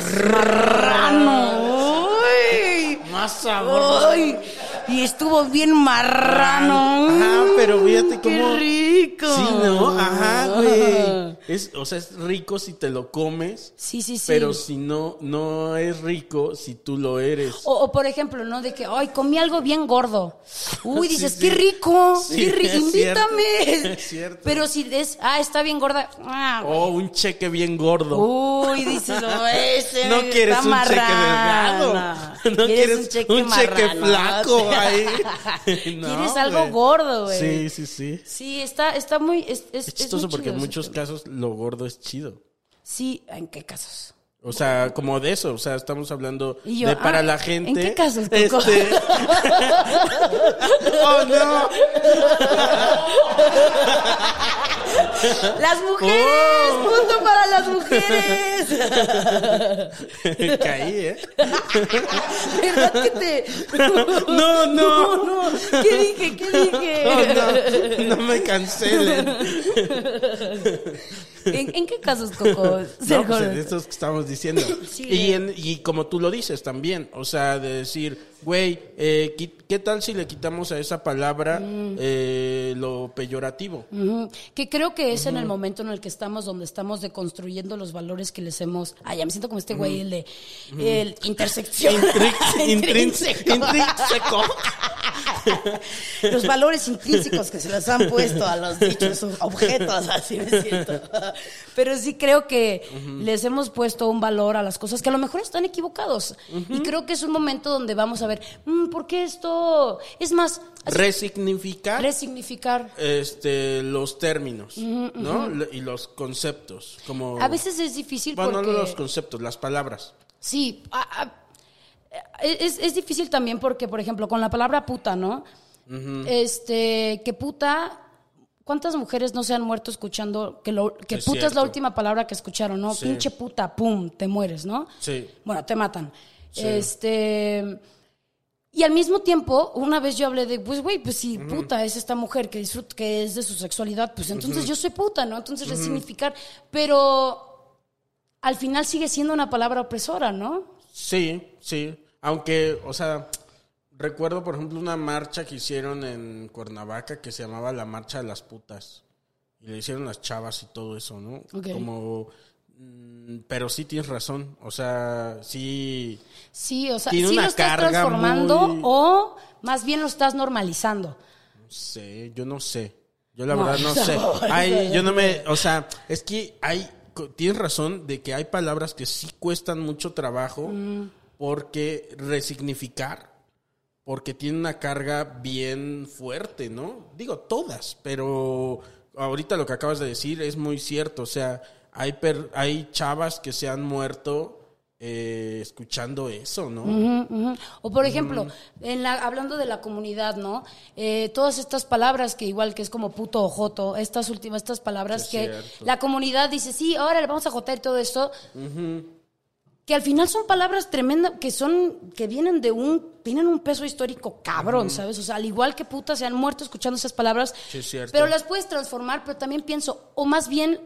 marrano. Uy. Más sabor. Ay, y estuvo bien marrano. Ajá, pero fíjate Qué cómo- rico. Sí, ¿no? Ajá, güey. Es, o sea, es rico si te lo comes. Sí, sí, sí. Pero si no, no es rico si tú lo eres. O, o, por ejemplo, ¿no? De que, ay, comí algo bien gordo. Uy, Sí, dices, sí. qué rico, Sí, qué rico, es invítame. cierto, es cierto. Pero si es, ah, está bien gorda. Ah, Oh, un cheque bien gordo. Uy, dices, oh, ese No quieres está un cheque marrano. delgado. No Quieres quieres un cheque, un cheque marrano. flaco ahí. No, Quieres algo güey. gordo, güey. Sí, sí, sí. Sí, está, está muy... Es, es, Es chistoso muy porque en chido ese muchos tema. casos lo gordo es chido. Sí, ¿en qué casos? O sea, como de eso, o sea, estamos hablando Y yo, de para ah, la gente. ¿en qué casos, Coco? Este... ¡Oh, no! ¡Las mujeres! Oh. ¡Punto para las mujeres! Caí, ¿eh? ¿Verdad que te...? No, no. no. ¿Qué dije? ¿Qué dije? Oh, no, no me cancelen. ¿En, en qué casos, Coco? Ser No, pues gordo. en estos que estamos diciendo. Sí, y, eh. en- y como tú lo dices también, o sea, de decir, güey, eh, qui- ¿qué tal si le quitamos a esa palabra Mm. eh, lo peyorativo? Ujú. Que creo que es en el momento en el que estamos, donde estamos deconstruyendo los valores que les hemos... Ay, ya me siento como este güey, el de... El intersección. Intri- Intrínseco. Intrínseco. Los valores intrínsecos que se les han puesto a los dichos objetos, así me siento. Pero sí creo que les hemos puesto un valor a las cosas que a lo mejor están equivocados. Y creo que es un momento donde vamos a ver, mm, ¿por qué esto? Es más, así- Resignificar resignificar. este, los términos, ¿no? Lo- Y los conceptos. Como, A veces es difícil bueno, porque... no los conceptos, las palabras. Sí, a- a- es, es difícil también porque, por ejemplo, con la palabra puta, ¿no? Este, que puta, ¿cuántas mujeres no se han muerto escuchando que, lo, que Es puta es la cierto. última palabra que escucharon, ¿no? Sí. Pinche puta, pum, te mueres, ¿no? Sí. Bueno, te matan. Sí. Este... Y al mismo tiempo, una vez yo hablé de, pues, güey, pues si puta es esta mujer que disfruta, que es de su sexualidad, pues entonces yo soy puta, ¿no? Entonces resignificar. Pero al final sigue siendo una palabra opresora, ¿no? Sí, sí. Aunque, o sea, recuerdo, por ejemplo, una marcha que hicieron en Cuernavaca que se llamaba la Marcha de las Putas. Y le hicieron las chavas y todo eso, ¿no? Ok. Como... mm, Pero sí tienes razón. O sea, sí... Sí, o sea, Tiene sí una lo estás carga transformando muy- o más bien lo estás normalizando. No sé, yo no sé. Yo la No, verdad no no, sé. no, Hay, no, yo no no. me... O sea, es que hay... Tienes razón de que hay palabras que sí cuestan mucho trabajo mm. porque resignificar, porque tienen una carga bien fuerte, ¿no? Digo, todas, pero ahorita lo que acabas de decir es muy cierto. O sea, hay, per, hay chavas que se han muerto... Eh, escuchando eso, ¿no? Uh-huh, uh-huh. O por ejemplo, uh-huh. en la, hablando de la comunidad, ¿no? Eh, todas estas palabras que igual que es como puto o joto, estas últimas, estas palabras sí, que cierto. La comunidad dice, sí, ahora le vamos a jotar y todo esto, uh-huh. que al final son palabras tremendas, que son, que vienen de un, tienen un peso histórico cabrón, uh-huh. ¿sabes? O sea, al igual que putas se han muerto escuchando esas palabras, sí, cierto. Pero las puedes transformar, pero también pienso, o más bien...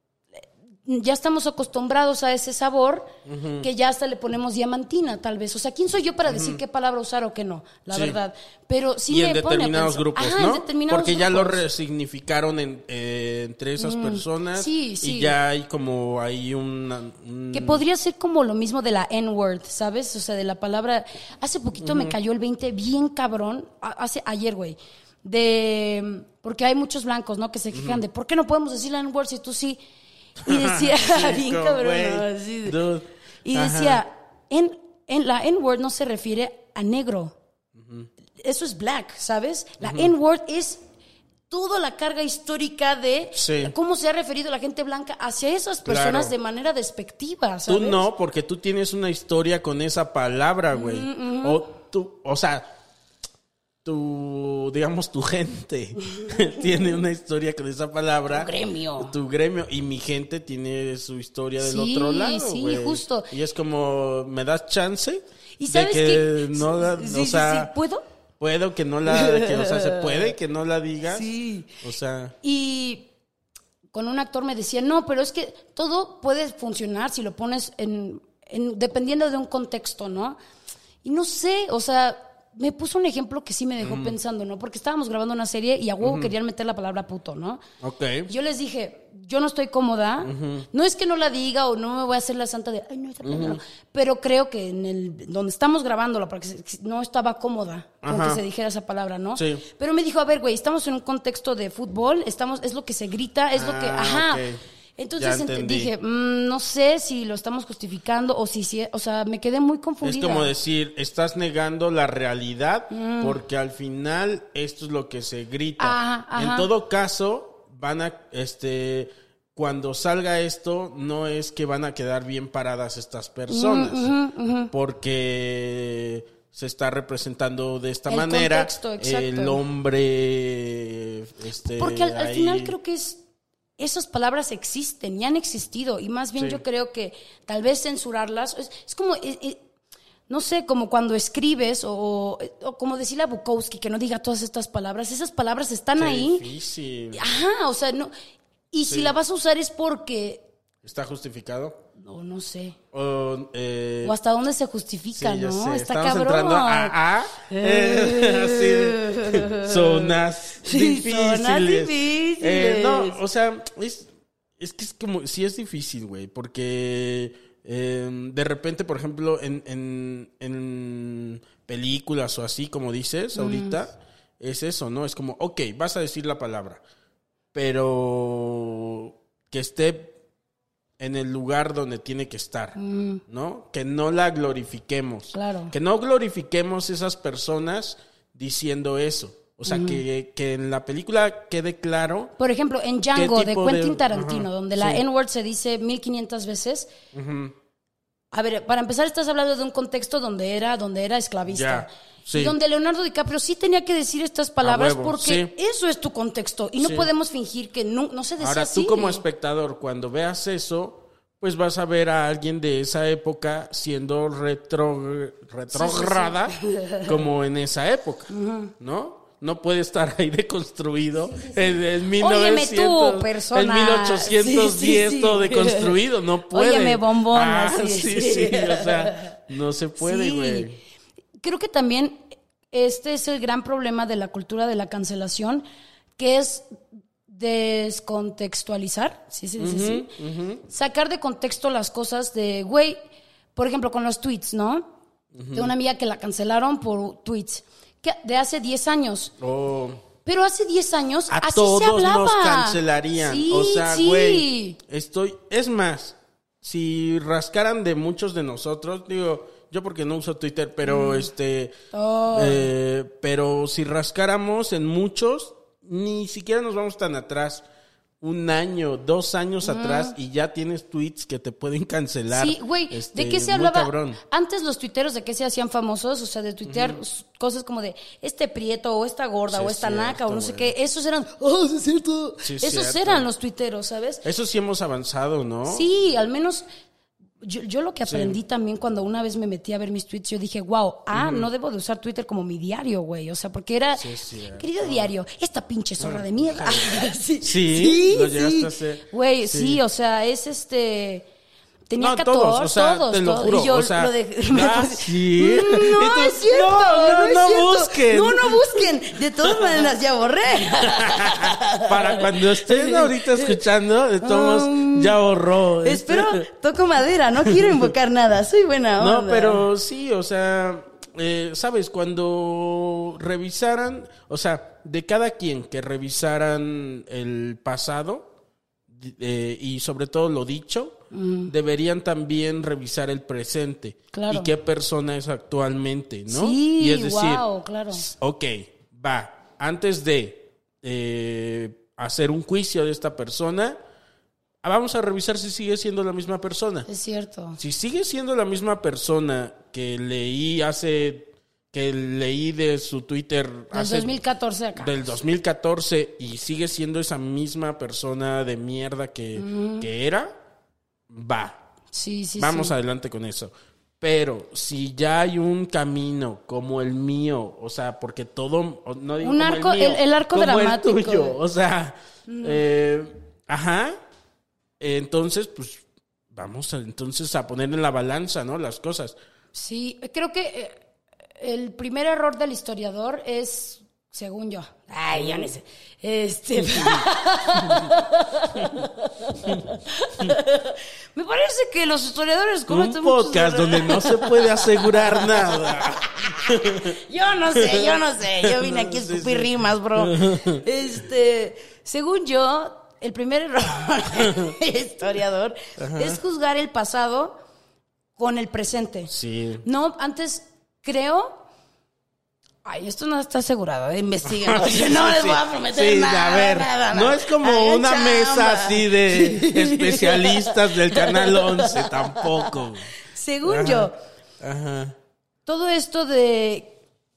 ya estamos acostumbrados a ese sabor uh-huh. que ya hasta le ponemos diamantina, tal vez. O sea, ¿quién soy yo para decir uh-huh. qué palabra usar o qué no? La sí. verdad. Pero sí y me en pone determinados a grupos, Ajá, ¿no? En determinados Porque ya grupos. lo resignificaron en, eh, entre esas mm, personas. Sí, sí. Y ya hay como ahí una, un... Que podría ser como lo mismo de la N-word, ¿sabes? O sea, de la palabra... Hace poquito uh-huh. me cayó el veinte bien cabrón. Hace ayer, güey. De... Porque hay muchos blancos, ¿no? Que se quejan uh-huh. de ¿por qué no podemos decir la N-word si tú sí... Y decía, bien cabrón, así. Y decía, en, en la N-word no se refiere a negro. Uh-huh. Eso es black, ¿sabes? La uh-huh. N-word es toda la carga histórica de sí. cómo se ha referido la gente blanca hacia esas personas claro. de manera despectiva, ¿sabes? Tú no, porque tú tienes una historia con esa palabra, güey. Uh-huh. O tú, o sea... tu, digamos, tu gente tiene una historia con esa palabra. Tu gremio. Tu gremio. Y mi gente tiene su historia del sí, otro lado, Sí, güey. sí, justo. Y es como, ¿me das chance? ¿Y sabes de que qué? no la, sí, o sea, sí, sí. ¿Puedo? Puedo que no la, que, o sea, se puede que no la digas. Sí. O sea. Y con un actor me decía, no, pero es que todo puede funcionar si lo pones en, en dependiendo de un contexto, ¿no? Y no sé, o sea, me puso un ejemplo que sí me dejó mm. pensando, ¿no? Porque estábamos grabando una serie y a huevo uh-huh. querían meter la palabra puto, ¿no? Ok. Yo les dije, yo no estoy cómoda, uh-huh. no es que no la diga o no me voy a hacer la santa de, ay, no, esa palabra, uh-huh. pero creo que en el donde estamos grabándolo, porque no estaba cómoda con uh-huh. que se dijera esa palabra, ¿no? Sí. Pero me dijo, a ver, güey, estamos en un contexto de fútbol, estamos, es lo que se grita, es ah, lo que, ajá. Okay. Entonces ent- dije, mmm, no sé si lo estamos justificando o si, si, o sea, me quedé muy confundida. Es como decir, estás negando la realidad mm. porque al final esto es lo que se grita. Ajá, ajá. En todo caso, van a, este, cuando salga esto, no es que van a quedar bien paradas estas personas, mm, uh-huh, uh-huh. porque se está representando de esta el manera contexto, exacto. el hombre, este, porque al, al ahí... final creo que es esas palabras existen y han existido y más bien sí. yo creo que tal vez censurarlas es, es como es, es, no sé, como cuando escribes o, o como decirle a Bukowski que no diga todas estas palabras, esas palabras están Qué ahí. Difícil. Ajá, o sea, no, y sí. si la vas a usar es porque ¿está justificado? No, no sé. O, eh, o hasta dónde se justifica, sí, ¿no? Sé. Está Estamos cabrón. entrando a, a eh, así, zonas sí, difíciles. Zonas difíciles. Eh, no, o sea, es, es que es como, sí es difícil, güey, porque eh, de repente, por ejemplo, en, en, en películas o así, como dices ahorita, mm. es eso, ¿no? Es como, ok, vas a decir la palabra, pero que esté en el lugar donde tiene que estar, mm. ¿no? Que no la glorifiquemos. Claro. Que no glorifiquemos esas personas diciendo eso. O sea, mm. que, que en la película quede claro... Por ejemplo, en Django, de Quentin de... Tarantino, Ajá, donde sí. la N-word se dice mil quinientas veces. Uh-huh. A ver, para empezar, estás hablando de un contexto donde era, donde era esclavista. Ya. Sí. Y donde Leonardo DiCaprio sí tenía que decir estas palabras huevo, porque sí. eso es tu contexto. Y no sí. podemos fingir que no, no se decía Ahora, así. tú como espectador, cuando veas eso, pues vas a ver a alguien de esa época siendo retro, retrógrada sí, sí, sí. como en esa época, uh-huh. ¿no? No puede estar ahí deconstruido sí, sí, sí. En, en mil novecientos, Óyeme tú, persona. En mil ochocientos diez sí, sí, sí. todo deconstruido, no puede. Óyeme, bombón. Ah, sí, sí, sí, sí, o sea, no se puede, güey. Sí. Creo que también este es el gran problema de la cultura de la cancelación, que es descontextualizar, ¿sí se dice así? Uh-huh, uh-huh. Sacar de contexto las cosas de, güey, por ejemplo, con los tweets, ¿no? Uh-huh. De una amiga que la cancelaron por tweets que de hace diez años. Oh. Pero hace diez años a así todos se hablaba. nos cancelarían. Sí, o sea, sí. güey, estoy... Es más, si rascaran de muchos de nosotros, digo, yo porque no uso Twitter, pero mm. este... Oh. Eh, pero si rascáramos en muchos, ni siquiera nos vamos tan atrás. Un año, dos años mm. atrás y ya tienes tweets que te pueden cancelar. Sí, güey, este, ¿de qué se hablaba? Cabrón. Antes los tuiteros, ¿de qué se hacían famosos? O sea, de tuitear uh-huh. cosas como de este prieto o esta gorda sí, o esta cierto, naca o no sé güey. Qué. Esos eran, oh, sí es cierto. Sí, Esos cierto. Eran los tuiteros, ¿sabes? Eso sí hemos avanzado, ¿no? Sí, al menos... Yo, yo lo que aprendí sí. también cuando una vez me metí a ver mis tweets, yo dije, wow, ah, uh-huh. no debo de usar Twitter como mi diario, güey. O sea, porque era, sí, sí, querido diario, esta pinche zorra de mierda. sí, sí, sí, lo llegaste sí. a hacer. Güey, sí. sí, o sea, es este... Tenía no, catorce, todos, o sea, todos, te lo todos. juro, Y yo o sea, lo de, ah, sí. No, no es cierto, no, no, no, es no cierto. busquen. No, no busquen. De todas maneras, ya borré. Para cuando estén ahorita escuchando, de todos um, ya borró. Espero, toco madera, no quiero invocar nada, soy buena onda. No, pero sí, o sea, eh, ¿sabes? Cuando revisaran, o sea, de cada quien que revisaran el pasado, eh, y sobre todo lo dicho, mm. deberían también revisar el presente. Claro. Y qué persona es actualmente, ¿no? Sí, y es decir, wow, claro. Ok, va, antes de eh, hacer un juicio de esta persona, vamos a revisar si sigue siendo la misma persona. Es cierto. Si sigue siendo la misma persona que leí hace... que leí de su Twitter... Del hace, dos mil catorce acá. Del dos mil catorce y sigue siendo esa misma persona de mierda que, mm. que era, va. Sí, sí, Vamos sí. adelante con eso. Pero si ya hay un camino como el mío, o sea, porque todo... No digo un como arco, el mío, el, el arco como dramático. El tuyo, o sea, mm. eh, ajá. Entonces, pues, vamos a, entonces a poner en la balanza, ¿no? Las cosas. Sí, creo que... Eh, el primer error del historiador es, según yo, ay, yo no sé, este, me parece que los historiadores cometen un podcast donde no se puede asegurar nada. Yo no sé, yo no sé, yo vine aquí a escupir sí, sí. rimas, bro. Este, según yo, el primer error del historiador Ajá. es juzgar el pasado con el presente. Sí. No, antes... Creo... Ay, esto no está asegurado, ¿eh? Investiguen. Sí, no les voy a prometer sí, nada, a ver, nada, nada. No es como Hagan una chamba. Mesa así de especialistas del Canal once, tampoco. Según Ajá. yo, Ajá. todo esto de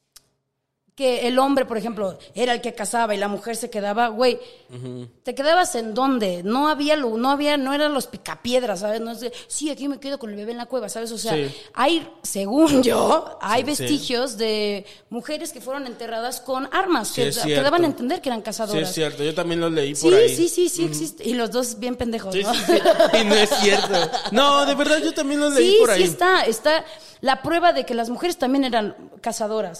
que el hombre, por ejemplo, era el que casaba y la mujer se quedaba, güey, uh-huh. ¿te quedabas en dónde? No había, no había, no eran los picapiedras, ¿sabes? No es de, sí, aquí me quedo con el bebé en la cueva, ¿sabes? O sea, sí. hay, según yo, hay sí, vestigios sí. de mujeres que fueron enterradas con armas, sí, que, que daban a entender que eran cazadoras. Sí, es cierto, yo también lo leí sí, por ahí. Sí, sí, sí, uh-huh. existe. Y los dos bien pendejos, sí, ¿no? Sí, sí. Y no es cierto. No, de verdad, yo también lo leí sí, por ahí. Sí, sí está, está la prueba de que las mujeres también eran cazadoras.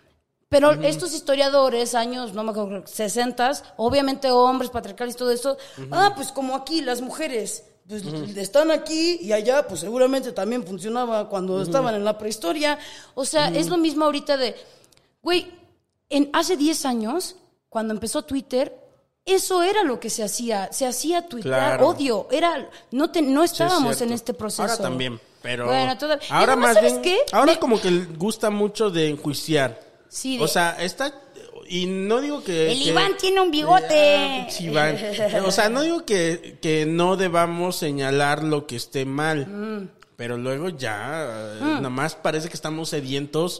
Pero uh-huh. estos historiadores, años, no me acuerdo, sesentas, obviamente hombres, patriarcales, todo eso, uh-huh. ah, pues como aquí, las mujeres, pues uh-huh. están aquí y allá, pues seguramente también funcionaba cuando uh-huh. estaban en la prehistoria. O sea, uh-huh. es lo mismo ahorita de, güey, en hace diez años, cuando empezó Twitter, eso era lo que se hacía, se hacía tuitear claro. odio, era, no, te, no estábamos sí, en este proceso. Ahora también, pero bueno, toda, ahora además, más bien, ¿qué? ahora Me... como que gusta mucho de enjuiciar. Sí, de... O sea, está... Y no digo que... El que, Iván tiene un bigote. Eh, ah, Iván. O sea, no digo que, que no debamos señalar lo que esté mal. Mm. Pero luego ya... Mm. Nada más parece que estamos sedientos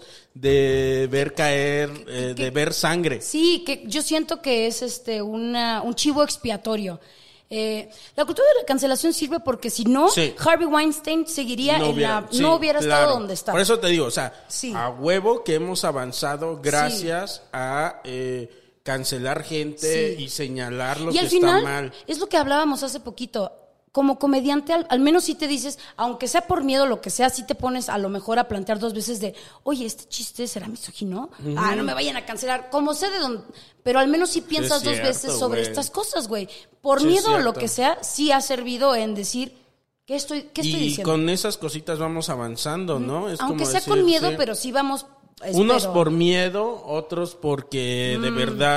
de ver caer... Eh, de ver sangre. Sí, que yo siento que es este una un chivo expiatorio. Eh, la cultura de la cancelación sirve porque si no, sí. Harvey Weinstein seguiría no hubiera, en la, sí, no hubiera claro. estado donde está. Por eso te digo, o sea, sí. a huevo que hemos avanzado gracias sí. a eh, cancelar gente sí. y señalar lo y que al final, está mal. Es lo que hablábamos hace poquito. Como comediante, al, al menos sí te dices, aunque sea por miedo, lo que sea, sí te pones a lo mejor a plantear dos veces de, oye, este chiste será misógino. Uh-huh. Ah, no me vayan a cancelar. Como sé de dónde. Pero al menos sí piensas sí, dos cierto, veces sobre wey. estas cosas, güey. Por sí, miedo o lo que sea, sí ha servido en decir, ¿qué estoy, qué estoy y diciendo? Y con esas cositas vamos avanzando, ¿no? Es aunque como sea decir, con miedo, sí. pero sí vamos. Espero. Unos por miedo, otros porque mm. de verdad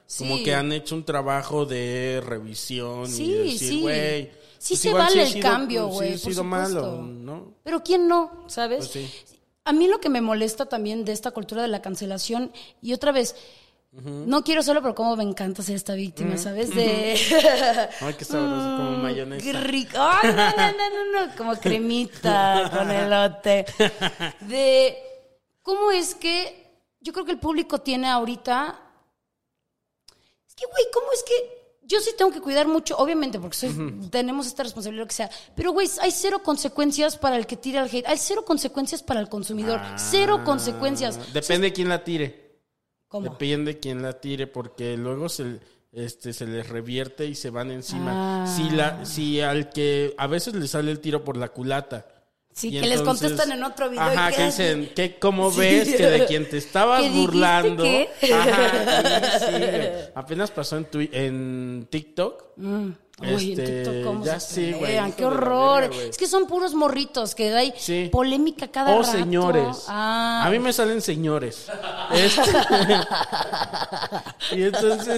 Como Sí. que han hecho un trabajo de revisión Sí, y decir, sí. güey... Sí pues se igual vale ha el sido- cambio, sí güey, ha por sido malo, supuesto. ¿no? Pero ¿quién no? ¿Sabes? Pues sí. A mí lo que me molesta también de esta cultura de la cancelación, y otra vez, no quiero solo por cómo me encanta ser esta víctima, ¿sabes? De... Ay, qué sabroso, como mayonesa. Qué rico. Ay, no, no, no, no, no, como cremita con elote. De cómo es que yo creo que el público tiene ahorita... Es que, güey, ¿cómo es que...? Yo sí tengo que cuidar mucho, obviamente, porque soy, uh-huh. tenemos esta responsabilidad, lo que sea. Pero, güey, hay cero consecuencias para el que tira el hate. Hay cero consecuencias para el consumidor. Ah, cero consecuencias. Depende de quién la tire. ¿Cómo? Depende de quién la tire, porque luego se, este, se les revierte y se van encima. Ah. Si, la, si al que a veces le sale el tiro por la culata. Sí, y que entonces, les contestan en otro video. Ajá, y que dicen, ¿qué, ¿cómo sí. ves que de quien te estabas burlando? ¿Qué? Ajá, sí, sí, apenas pasó en, tu, en TikTok. Mm. Uy, este, en TikTok cómo ya se sí, güey. Qué horror. Verga, es que son puros morritos, que hay sí. polémica cada o rato. O señores. Ah. A mí me salen señores. Este, y entonces...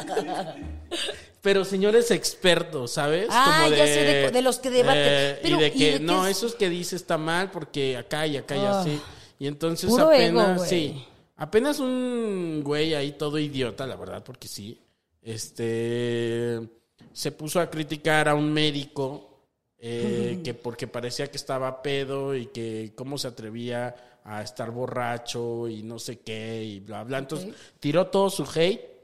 Pero señores expertos, ¿sabes? Ah, Como de, ya sé, de, de los que debaten. Eh, pero, y de que, y de no, que es... eso es que dice está mal porque acá y acá y oh, así. Y entonces puro apenas, ego, sí, apenas un güey ahí todo idiota, la verdad, porque sí, este, se puso a criticar a un médico eh, que porque parecía que estaba pedo y que cómo se atrevía a estar borracho y no sé qué y bla, bla. Entonces okay. tiró todo su hate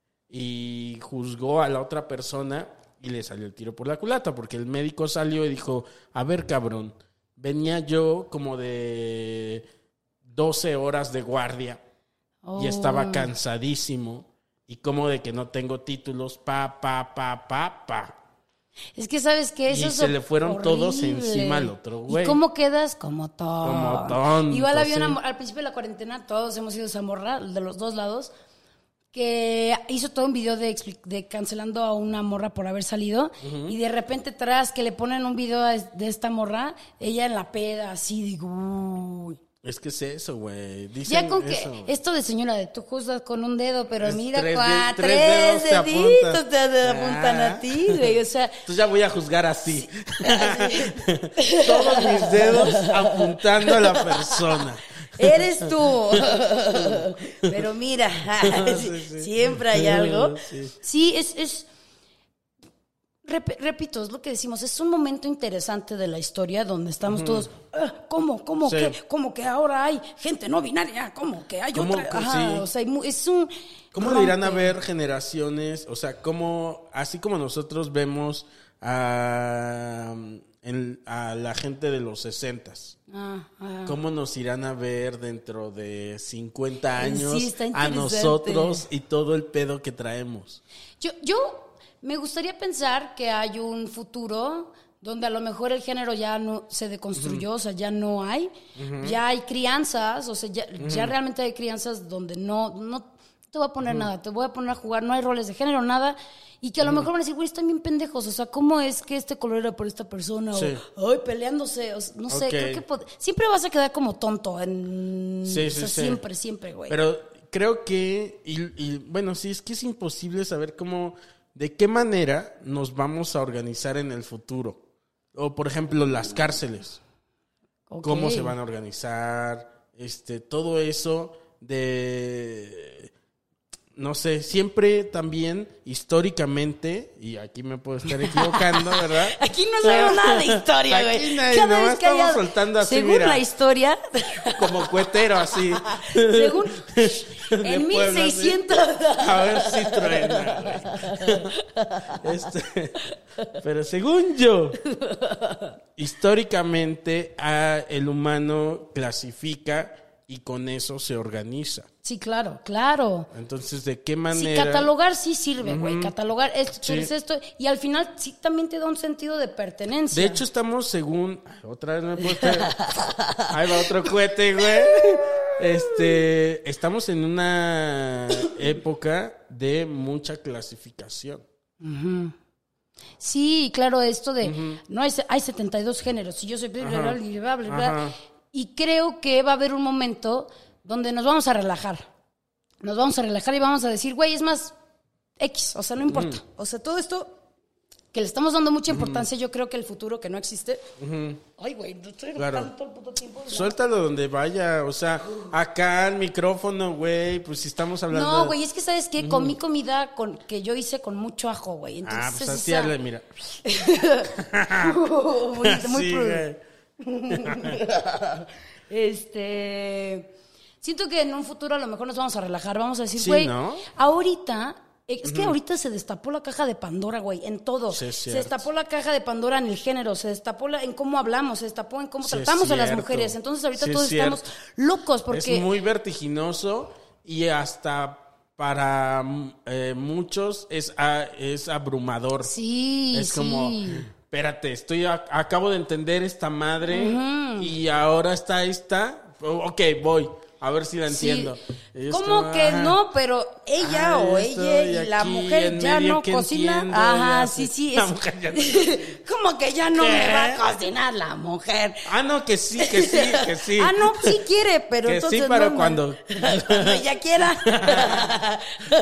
y juzgó a la otra persona y le salió el tiro por la culata, porque el médico salió y dijo, a ver, cabrón, venía yo como de doce horas de guardia oh. y estaba cansadísimo y como de que no tengo títulos, pa, pa, pa, pa, pa. Es que, ¿sabes qué? Eso y es se le fueron horrible. Todos encima al otro güey. ¿Y cómo quedas? Como tonto. Como tonto, Igual había sí. una, al principio de la cuarentena todos hemos ido a esa morra, de los dos lados, que hizo todo un video de, de cancelando a una morra por haber salido uh-huh. y de repente tras que le ponen un video de esta morra, ella en la peda, así, digo, uy. Es que es eso, güey. Ya con eso. que esto de señora de tú juzgas con un dedo, pero es mira tres, cuatro, tres, tres dedos deditos te, te ah. apuntan a ti, güey, o sea. Entonces ya voy a juzgar así. Sí. Todos mis dedos apuntando a la persona. Eres tú. Pero mira, sí, sí. siempre hay algo. Sí, sí es... es Rep- repito, es lo que decimos, es un momento interesante de la historia donde estamos uh-huh. todos, ah, ¿cómo? ¿Cómo, sí. que, ¿Cómo que ahora hay gente no binaria? ¿Cómo que hay ¿Cómo, otra? Ajá, sí. o sea, es un... ¿Cómo rompe. Le irán a ver generaciones? O sea, ¿cómo, así como nosotros vemos a, en, a la gente de los sesentas, ah, ah. ¿cómo nos irán a ver dentro de cincuenta años sí, a nosotros y todo el pedo que traemos? Yo... yo Me gustaría pensar que hay un futuro donde a lo mejor el género ya no se deconstruyó, uh-huh. o sea, ya no hay. Uh-huh. Ya hay crianzas, o sea, ya, uh-huh. ya realmente hay crianzas donde no, no te voy a poner uh-huh. nada, te voy a poner a jugar, no hay roles de género, nada. Y que a lo uh-huh. mejor van a decir, güey, están bien pendejos, o sea, ¿cómo es que este color era por esta persona? Sí. O, ay, peleándose, o sea, no sé, okay. creo que pod- siempre vas a quedar como tonto. En, sí, o sea, sí, sí. siempre, siempre, güey. Pero creo que, y, y bueno, sí, es que es imposible saber cómo... ¿De qué manera nos vamos a organizar en el futuro? O, por ejemplo, las cárceles. Okay. ¿Cómo se van a organizar? Este, todo eso de... No sé, siempre también, históricamente, y aquí me puedo estar equivocando, ¿verdad? Aquí no sabemos nada de historia, güey. Aquí nadie, Cada nomás estamos haya, soltando así, según mira, la historia... Como cuetero, así. Según... En mil seiscientos... A ver si truena, güey. Este, pero según yo, históricamente, a, el humano clasifica y con eso se organiza. Sí, claro, claro. Entonces, ¿de qué manera? Sí, catalogar sí sirve, güey. Uh-huh. Catalogar esto, sí. eres esto. Y al final sí también te da un sentido de pertenencia. De hecho, estamos según... Otra vez me puse... Ahí va otro cohete, güey. Este... Estamos en una época de mucha clasificación. Uh-huh. Sí, claro, esto de... Uh-huh. No hay, hay setenta y dos géneros. Y yo soy... Bla, bla, bla, bla, bla, bla. Y creo que va a haber un momento... donde nos vamos a relajar. Nos vamos a relajar y vamos a decir, güey, es más, X, o sea, no importa. Uh-huh. O sea, todo esto que le estamos dando mucha importancia, uh-huh. yo creo que el futuro que no existe. Uh-huh. Ay, güey, no estoy claro. todo el puto tiempo. ¿No? Suéltalo donde vaya, o sea, acá el micrófono, güey, pues si estamos hablando... No, güey, es que ¿sabes qué? Uh-huh. Comí comida con, que yo hice con mucho ajo, güey. Entonces, ah, pues así, esa... mira. muy muy sí, Este... Siento que en un futuro a lo mejor nos vamos a relajar, vamos a decir, güey, sí, ¿no? ahorita... Es que uh-huh. ahorita se destapó la caja de Pandora, güey, en todo. Sí, se destapó la caja de Pandora en el género, se destapó la, en cómo hablamos, se destapó en cómo sí, tratamos a las mujeres. Entonces ahorita sí, todos estamos locos porque... Es muy vertiginoso y hasta para eh, muchos es, a, es abrumador. Sí, Es sí. como... Espérate, estoy a, acabo de entender esta madre uh-huh. y ahora está esta. Ok, voy. A ver si la entiendo. Sí. ¿Cómo que ajá. no? Pero ella ah, o ella y, y la mujer ya no cocina. Entiendo, ajá, sí, sí. Es... Ya no... ¿Cómo que ya no ¿Qué? me va a cocinar la mujer? Ah, no, que sí, que sí, que sí. Ah, no, sí quiere, pero que entonces sí, pero no, cuando... cuando ella quiera.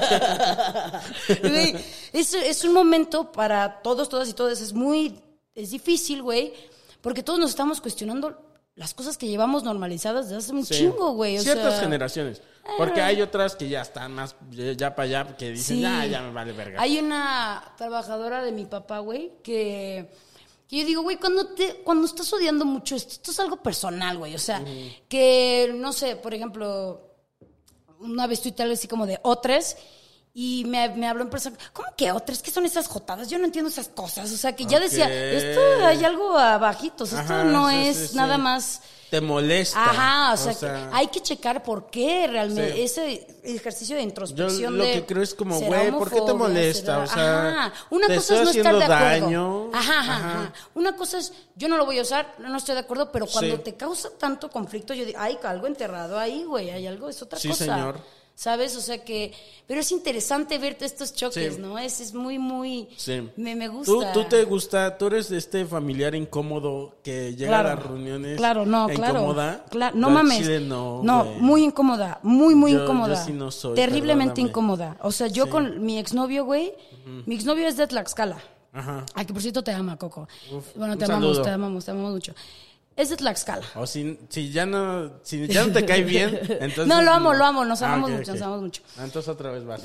Güey, es, es un momento para todos, todas y todas. Es muy... Es difícil, güey, porque todos nos estamos cuestionando las cosas que llevamos normalizadas desde hace un sí. chingo, güey. O Ciertas sea, generaciones. Porque eh. hay otras que ya están más, ya para allá, que dicen, sí. ah, ya me vale verga. Hay una trabajadora de mi papá, güey, que, que yo digo, güey, cuando te, cuando estás odiando mucho esto, esto es algo personal, güey. O sea, uh-huh. que, no sé, por ejemplo, una vez tuiteé algo así como de O tres... Y me, me habló en persona, ¿cómo que otras? ¿Qué son esas jotadas? Yo no entiendo esas cosas. O sea, que ya okay. decía, esto hay algo abajito. Esto Ajá, no sí, es sí, nada sí. más... Te molesta. Ajá, o, o sea, sea, que hay que checar por qué realmente. Sí. Ese ejercicio de introspección. Yo lo de, que creo es como, güey, ¿por qué te molesta? ¿Será? O sea, ajá. Una cosa es no estar de acuerdo. Daño. Ajá, ajá, ajá. Una cosa es, yo no lo voy a usar, no estoy de acuerdo, pero cuando sí. te causa tanto conflicto, yo digo, hay algo enterrado ahí, güey, hay algo, es otra sí, cosa. Sí, señor. ¿Sabes? O sea que... Pero es interesante verte estos choques, sí. ¿no? Es, es muy, muy... Sí. Me, me gusta. ¿Tú, ¿Tú te gusta? ¿Tú eres este familiar incómodo que llega claro, a las reuniones? Claro, no, claro. ¿Incómoda? Claro, no mames. Chile, no, no muy incómoda. Muy, muy yo, incómoda. Yo sí no soy, terriblemente perdóname. incómoda. O sea, yo sí. con mi exnovio, güey... Uh-huh. Mi exnovio es de Tlaxcala. Ajá. Ay, que por cierto te ama, Coco. Uf, bueno, te amamos, saludo. te amamos, te amamos mucho. Es de Tlaxcala. O si, si ya no si ya no te cae bien, entonces... No, lo amo, lo amo, nos ah, amamos okay, mucho, okay. nos amamos mucho. Entonces otra vez vas.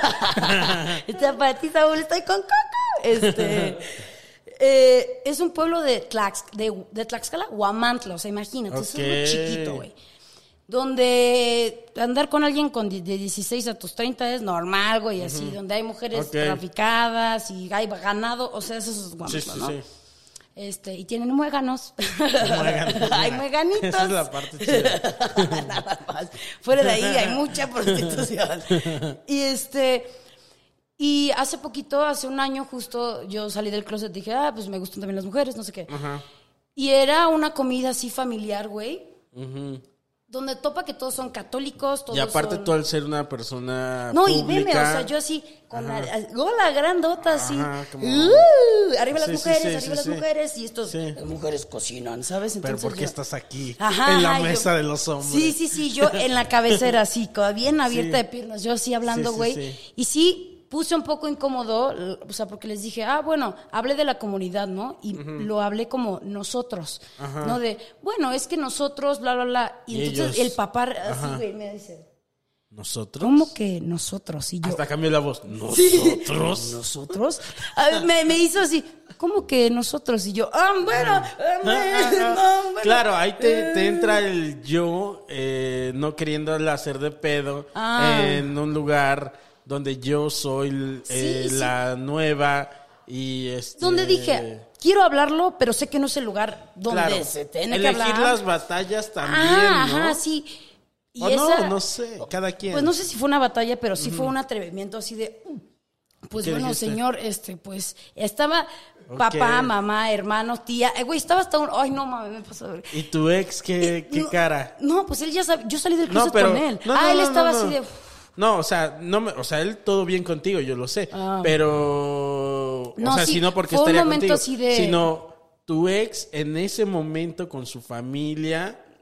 Está para ti, Saúl, estoy con Coco. Este... eh, es un pueblo de, Tlax, de, de Tlaxcala, Huamantla, o sea, imagínate, okay. es muy chiquito, güey. Donde andar con alguien con de dieciséis a tus treinta es normal, güey, así, uh-huh. donde hay mujeres okay. traficadas y hay ganado, o sea, eso es Huamantla, sí, sí, ¿no? Sí. Este, y tienen muéganos. Muéganos. Hay muéganitos. Esa es la parte chida. Nada más. Fuera de ahí hay mucha prostitución. Y este, y hace poquito, hace un año justo, yo salí del closet y dije, ah, pues me gustan también las mujeres, no sé qué. Uh-huh. Y era una comida así familiar, güey. Uh-huh. Donde topa que todos son católicos, todos Y aparte son... tú al ser una persona No, pública, y veme, o sea, yo así, con la, gola grandota, así. Ajá, como... uh, arriba las sí, mujeres, sí, sí, arriba sí, las sí. mujeres, y estos sí. las mujeres cocinan, ¿sabes? Pero Entonces, ¿por qué yo... estás aquí? Ajá, en la ajá, mesa yo... de los hombres. Sí, sí, sí, yo en la cabecera así, bien abierta sí. de piernas, yo así hablando, güey. Sí, sí, sí. Y sí... Puse un poco incómodo, o sea, porque les dije, ah, bueno, hablé de la comunidad, ¿no? Y uh-huh. lo hablé como nosotros, Ajá. ¿no? De, bueno, es que nosotros, bla, bla, bla. Y, y entonces ellos... el papá, así, Ajá. güey, me dice... ¿Nosotros? ¿Cómo que nosotros? Y yo... Hasta cambió la voz. ¿Nosotros? Sí. ¿Nosotros? A, me, me hizo así, ¿cómo que nosotros? Y yo, ah, bueno, ah, bueno, no, bueno. Claro, ahí te, te entra el yo, eh, no queriéndole hacer de pedo ah. en un lugar... donde yo soy eh, sí, sí. la nueva y este... Donde dije, quiero hablarlo, pero sé que no es el lugar donde claro, se tiene elegir que hablar. las batallas también, ah, ¿no? Ajá, sí. Y o esa, no, no sé, cada quien. Pues no sé si fue una batalla, pero sí uh-huh. fue un atrevimiento así de... Pues bueno, dijiste? señor, este, pues estaba... Okay. Papá, mamá, hermano, tía. Eh, güey, estaba hasta un... Ay, no, mames, me pasó. ¿Y tu ex qué, qué no, cara? No, pues él ya sabe... Yo salí del closet no, pero, con él. No, ah, no, él no, estaba no, no. así de... No, o sea, no me, o sea, él todo bien contigo, yo lo sé, ah. pero, no, o sea, sí, sino porque fue estaría un momento contigo, así de... sino tu ex en ese momento con su familia,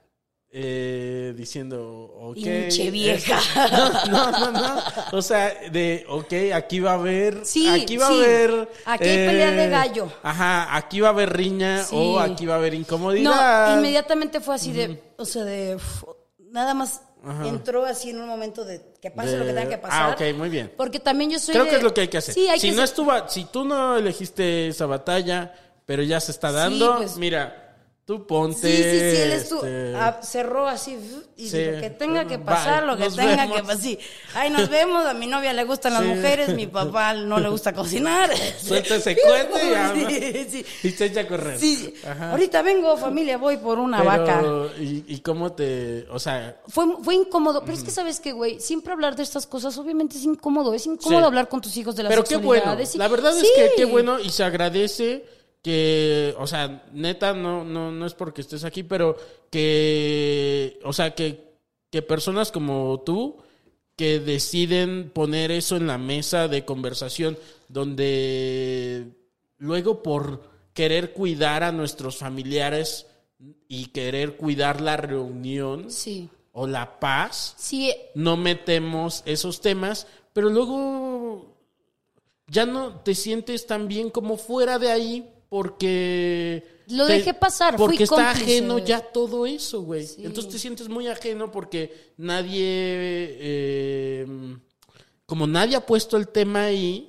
eh, diciendo, ok. Pinche vieja. Es, no, no, no, no. O sea, de, ok, aquí va a haber. Sí, aquí va sí. a haber. Aquí hay pelea de gallo. Ajá, aquí va a haber riña Sí. o aquí va a haber incomodidad. No, inmediatamente fue así de, o sea, de, uf, nada más Ajá. entró así en un momento de que pase De- lo que tenga que pasar. Ah, ok, muy bien. Porque también yo soy Creo de- que es lo que hay que hacer. Sí, hay si que no ser- estuvo, si tú no elegiste esa batalla, pero ya se está dando, pues. mira, tú ponte. Sí, sí, sí, él estuvo, este, ah, cerró así y Sí. dijo que tenga que pasar Bye, lo que nos tenga vemos. que pasar. Sí. Ay, nos vemos, a mi novia le gustan las Sí. mujeres, mi papá no le gusta cocinar. Suelta ese cohete y ya, ¿no? Sí, sí. Y se echa a correr. Sí, sí. Ajá. Ahorita vengo, familia, voy por una Pero, vaca. ¿y, ¿Y cómo te, o sea, Fue, fue incómodo, pero es que sabes que, güey, siempre hablar de estas cosas obviamente es incómodo. Es incómodo Sí. hablar con tus hijos de la pero qué sexualidad. bueno? Es- La verdad Sí. es que qué bueno y se agradece que, o sea, neta, no, no, no es porque estés aquí, pero que, o sea, que, que personas como tú que deciden poner eso en la mesa de conversación, donde luego por querer cuidar a nuestros familiares y querer cuidar la reunión Sí. o la paz, Sí, no metemos esos temas, pero luego ya no te sientes tan bien como fuera de ahí porque... Lo te- dejé pasar, fui porque está cómplice. ajeno ya todo eso, güey. Sí. Entonces te sientes muy ajeno porque nadie... eh, como nadie ha puesto el tema ahí...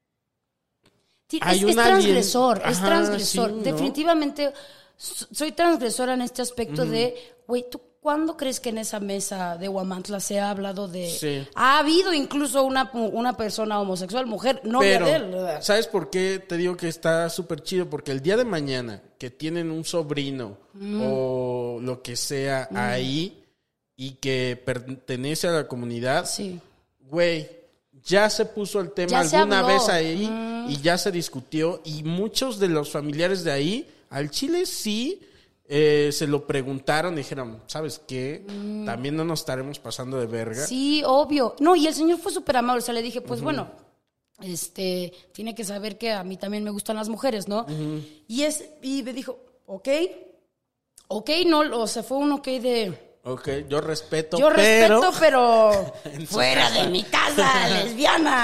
sí, Hay es, un es alguien- transgresor, es Ajá, transgresor. sí, ¿no? Definitivamente so- soy transgresora en este aspecto de, güey, ¿tú cuándo crees que en esa mesa de Huamantla se ha hablado de... Sí. Ha habido incluso una, una persona homosexual, mujer, novia Pero, de él. ¿sabes por qué te digo que está súper chido? Porque el día de mañana que tienen un sobrino Mm. o lo que sea ahí y que pertenece a la comunidad, Sí. güey, ya se puso el tema Ya se alguna habló. vez ahí y ya se discutió y muchos de los familiares de ahí, al Chile sí... Eh, se lo preguntaron y dijeron, ¿sabes qué? También no nos estaremos pasando de verga. Mm. Sí, obvio. No, y el señor fue súper amable. O sea, le dije, pues bueno, este, tiene que saber que a mí también me gustan las mujeres, ¿no? Y es, y me dijo, ok, ok, no, o sea, fue un ok de... Ok, yo respeto, Yo pero... respeto, pero En su fuera casa. de mi casa, lesbiana.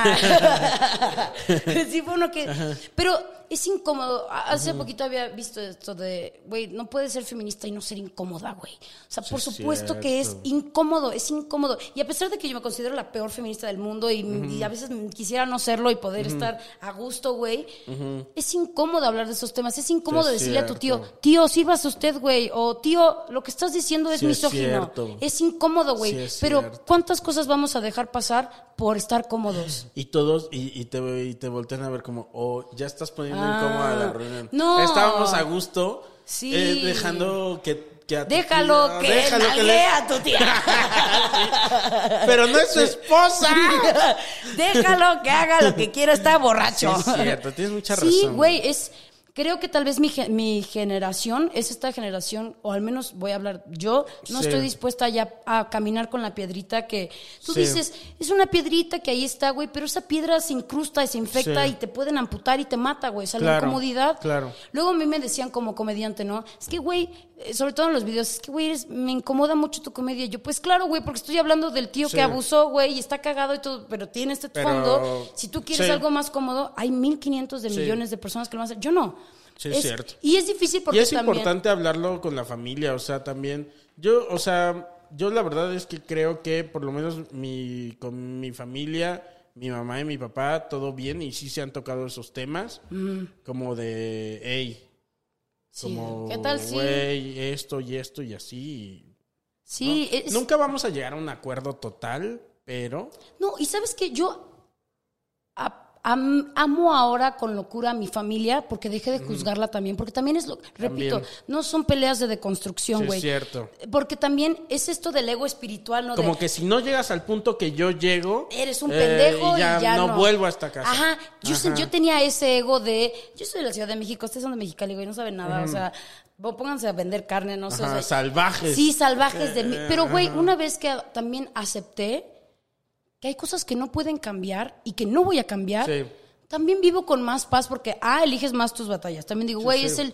Sí, fue uno que... Pero es incómodo. Hace poquito había visto esto de, güey, no puedes ser feminista y no ser incómoda, güey. O sea, Sí, por es supuesto que es cierto. incómodo, es incómodo. Y a pesar de que yo me considero la peor feminista del mundo y, y a veces quisiera no serlo y poder estar a gusto, güey, es incómodo hablar de esos temas. Es incómodo Sí, es decirle a tu tío, cierto. tío, sírvase usted, güey. O tío, lo que estás diciendo es Sí, es misógino. cierto. Es incómodo, güey. Sí, es Pero cierto. ¿cuántas cosas vamos a dejar pasar por estar cómodos? Y todos, y, y, te, y te voltean a ver como, oh, ya estás poniendo Ah, incómoda la reunión. no. Estábamos a gusto, Sí. eh, dejando que, que a tu Déjalo tía- que déjalo que nalguee le- a tu tía. Pero no es su esposa. Déjalo que haga lo que quiera, está borracho. Sí, es cierto, tienes mucha Sí, razón. güey, es... Creo que tal vez mi, ge- mi generación es esta generación, o al menos voy a hablar yo, no Sí. estoy dispuesta ya a caminar con la piedrita que tú Sí. dices, es una piedrita que ahí está, güey, pero esa piedra se incrusta y se infecta Sí. y te pueden amputar y te mata, güey, o sea, la Claro, incomodidad. claro. Luego a mí me decían como comediante, ¿no? Es que, güey, eh, sobre todo en los videos, es que, güey, eres- me incomoda mucho tu comedia. Y yo, pues claro, güey, porque estoy hablando del tío Sí. que abusó, güey, y está cagado y todo, pero tiene este Pero- fondo. Si tú quieres sí. algo más cómodo, hay mil quinientos de Sí. millones de personas que lo van a hacer. Yo no. Sí, es cierto. Y es difícil porque Y es también... importante hablarlo con la familia, o sea, también. Yo, o sea, yo la verdad es que creo que por lo menos mi, con mi familia, mi mamá y mi papá, todo bien y sí se han tocado esos temas, como de, hey, Sí. como, ¿Qué tal si...? güey, esto y esto y así. y- Sí, ¿no? es... Nunca vamos a llegar a un acuerdo total, pero... No, y ¿sabes qué? Yo a- am- amo ahora con locura a mi familia porque dejé de juzgarla también, porque también es lo... Repito, También. no son peleas de Sí, deconstrucción, es güey. cierto. Porque también es esto del ego espiritual, ¿no? Como De, que si no llegas al punto que yo llego... eres un eh, pendejo y ya, y ya no, no vuelvo a esta casa. Ajá, yo, sé- Ajá. yo tenía ese ego de, yo soy de la Ciudad de México, ustedes son de Mexicali, güey, no saben nada, o sea, vos pónganse a vender carne, no sé. Ajá, o sea, salvajes. Sí, salvajes de mí. Eh, Pero, güey, ajá. una vez que también acepté que hay cosas que no pueden cambiar y que no voy a cambiar, Sí. también vivo con más paz porque, ah, eliges más tus batallas. También digo, Sí, güey, sí. es el...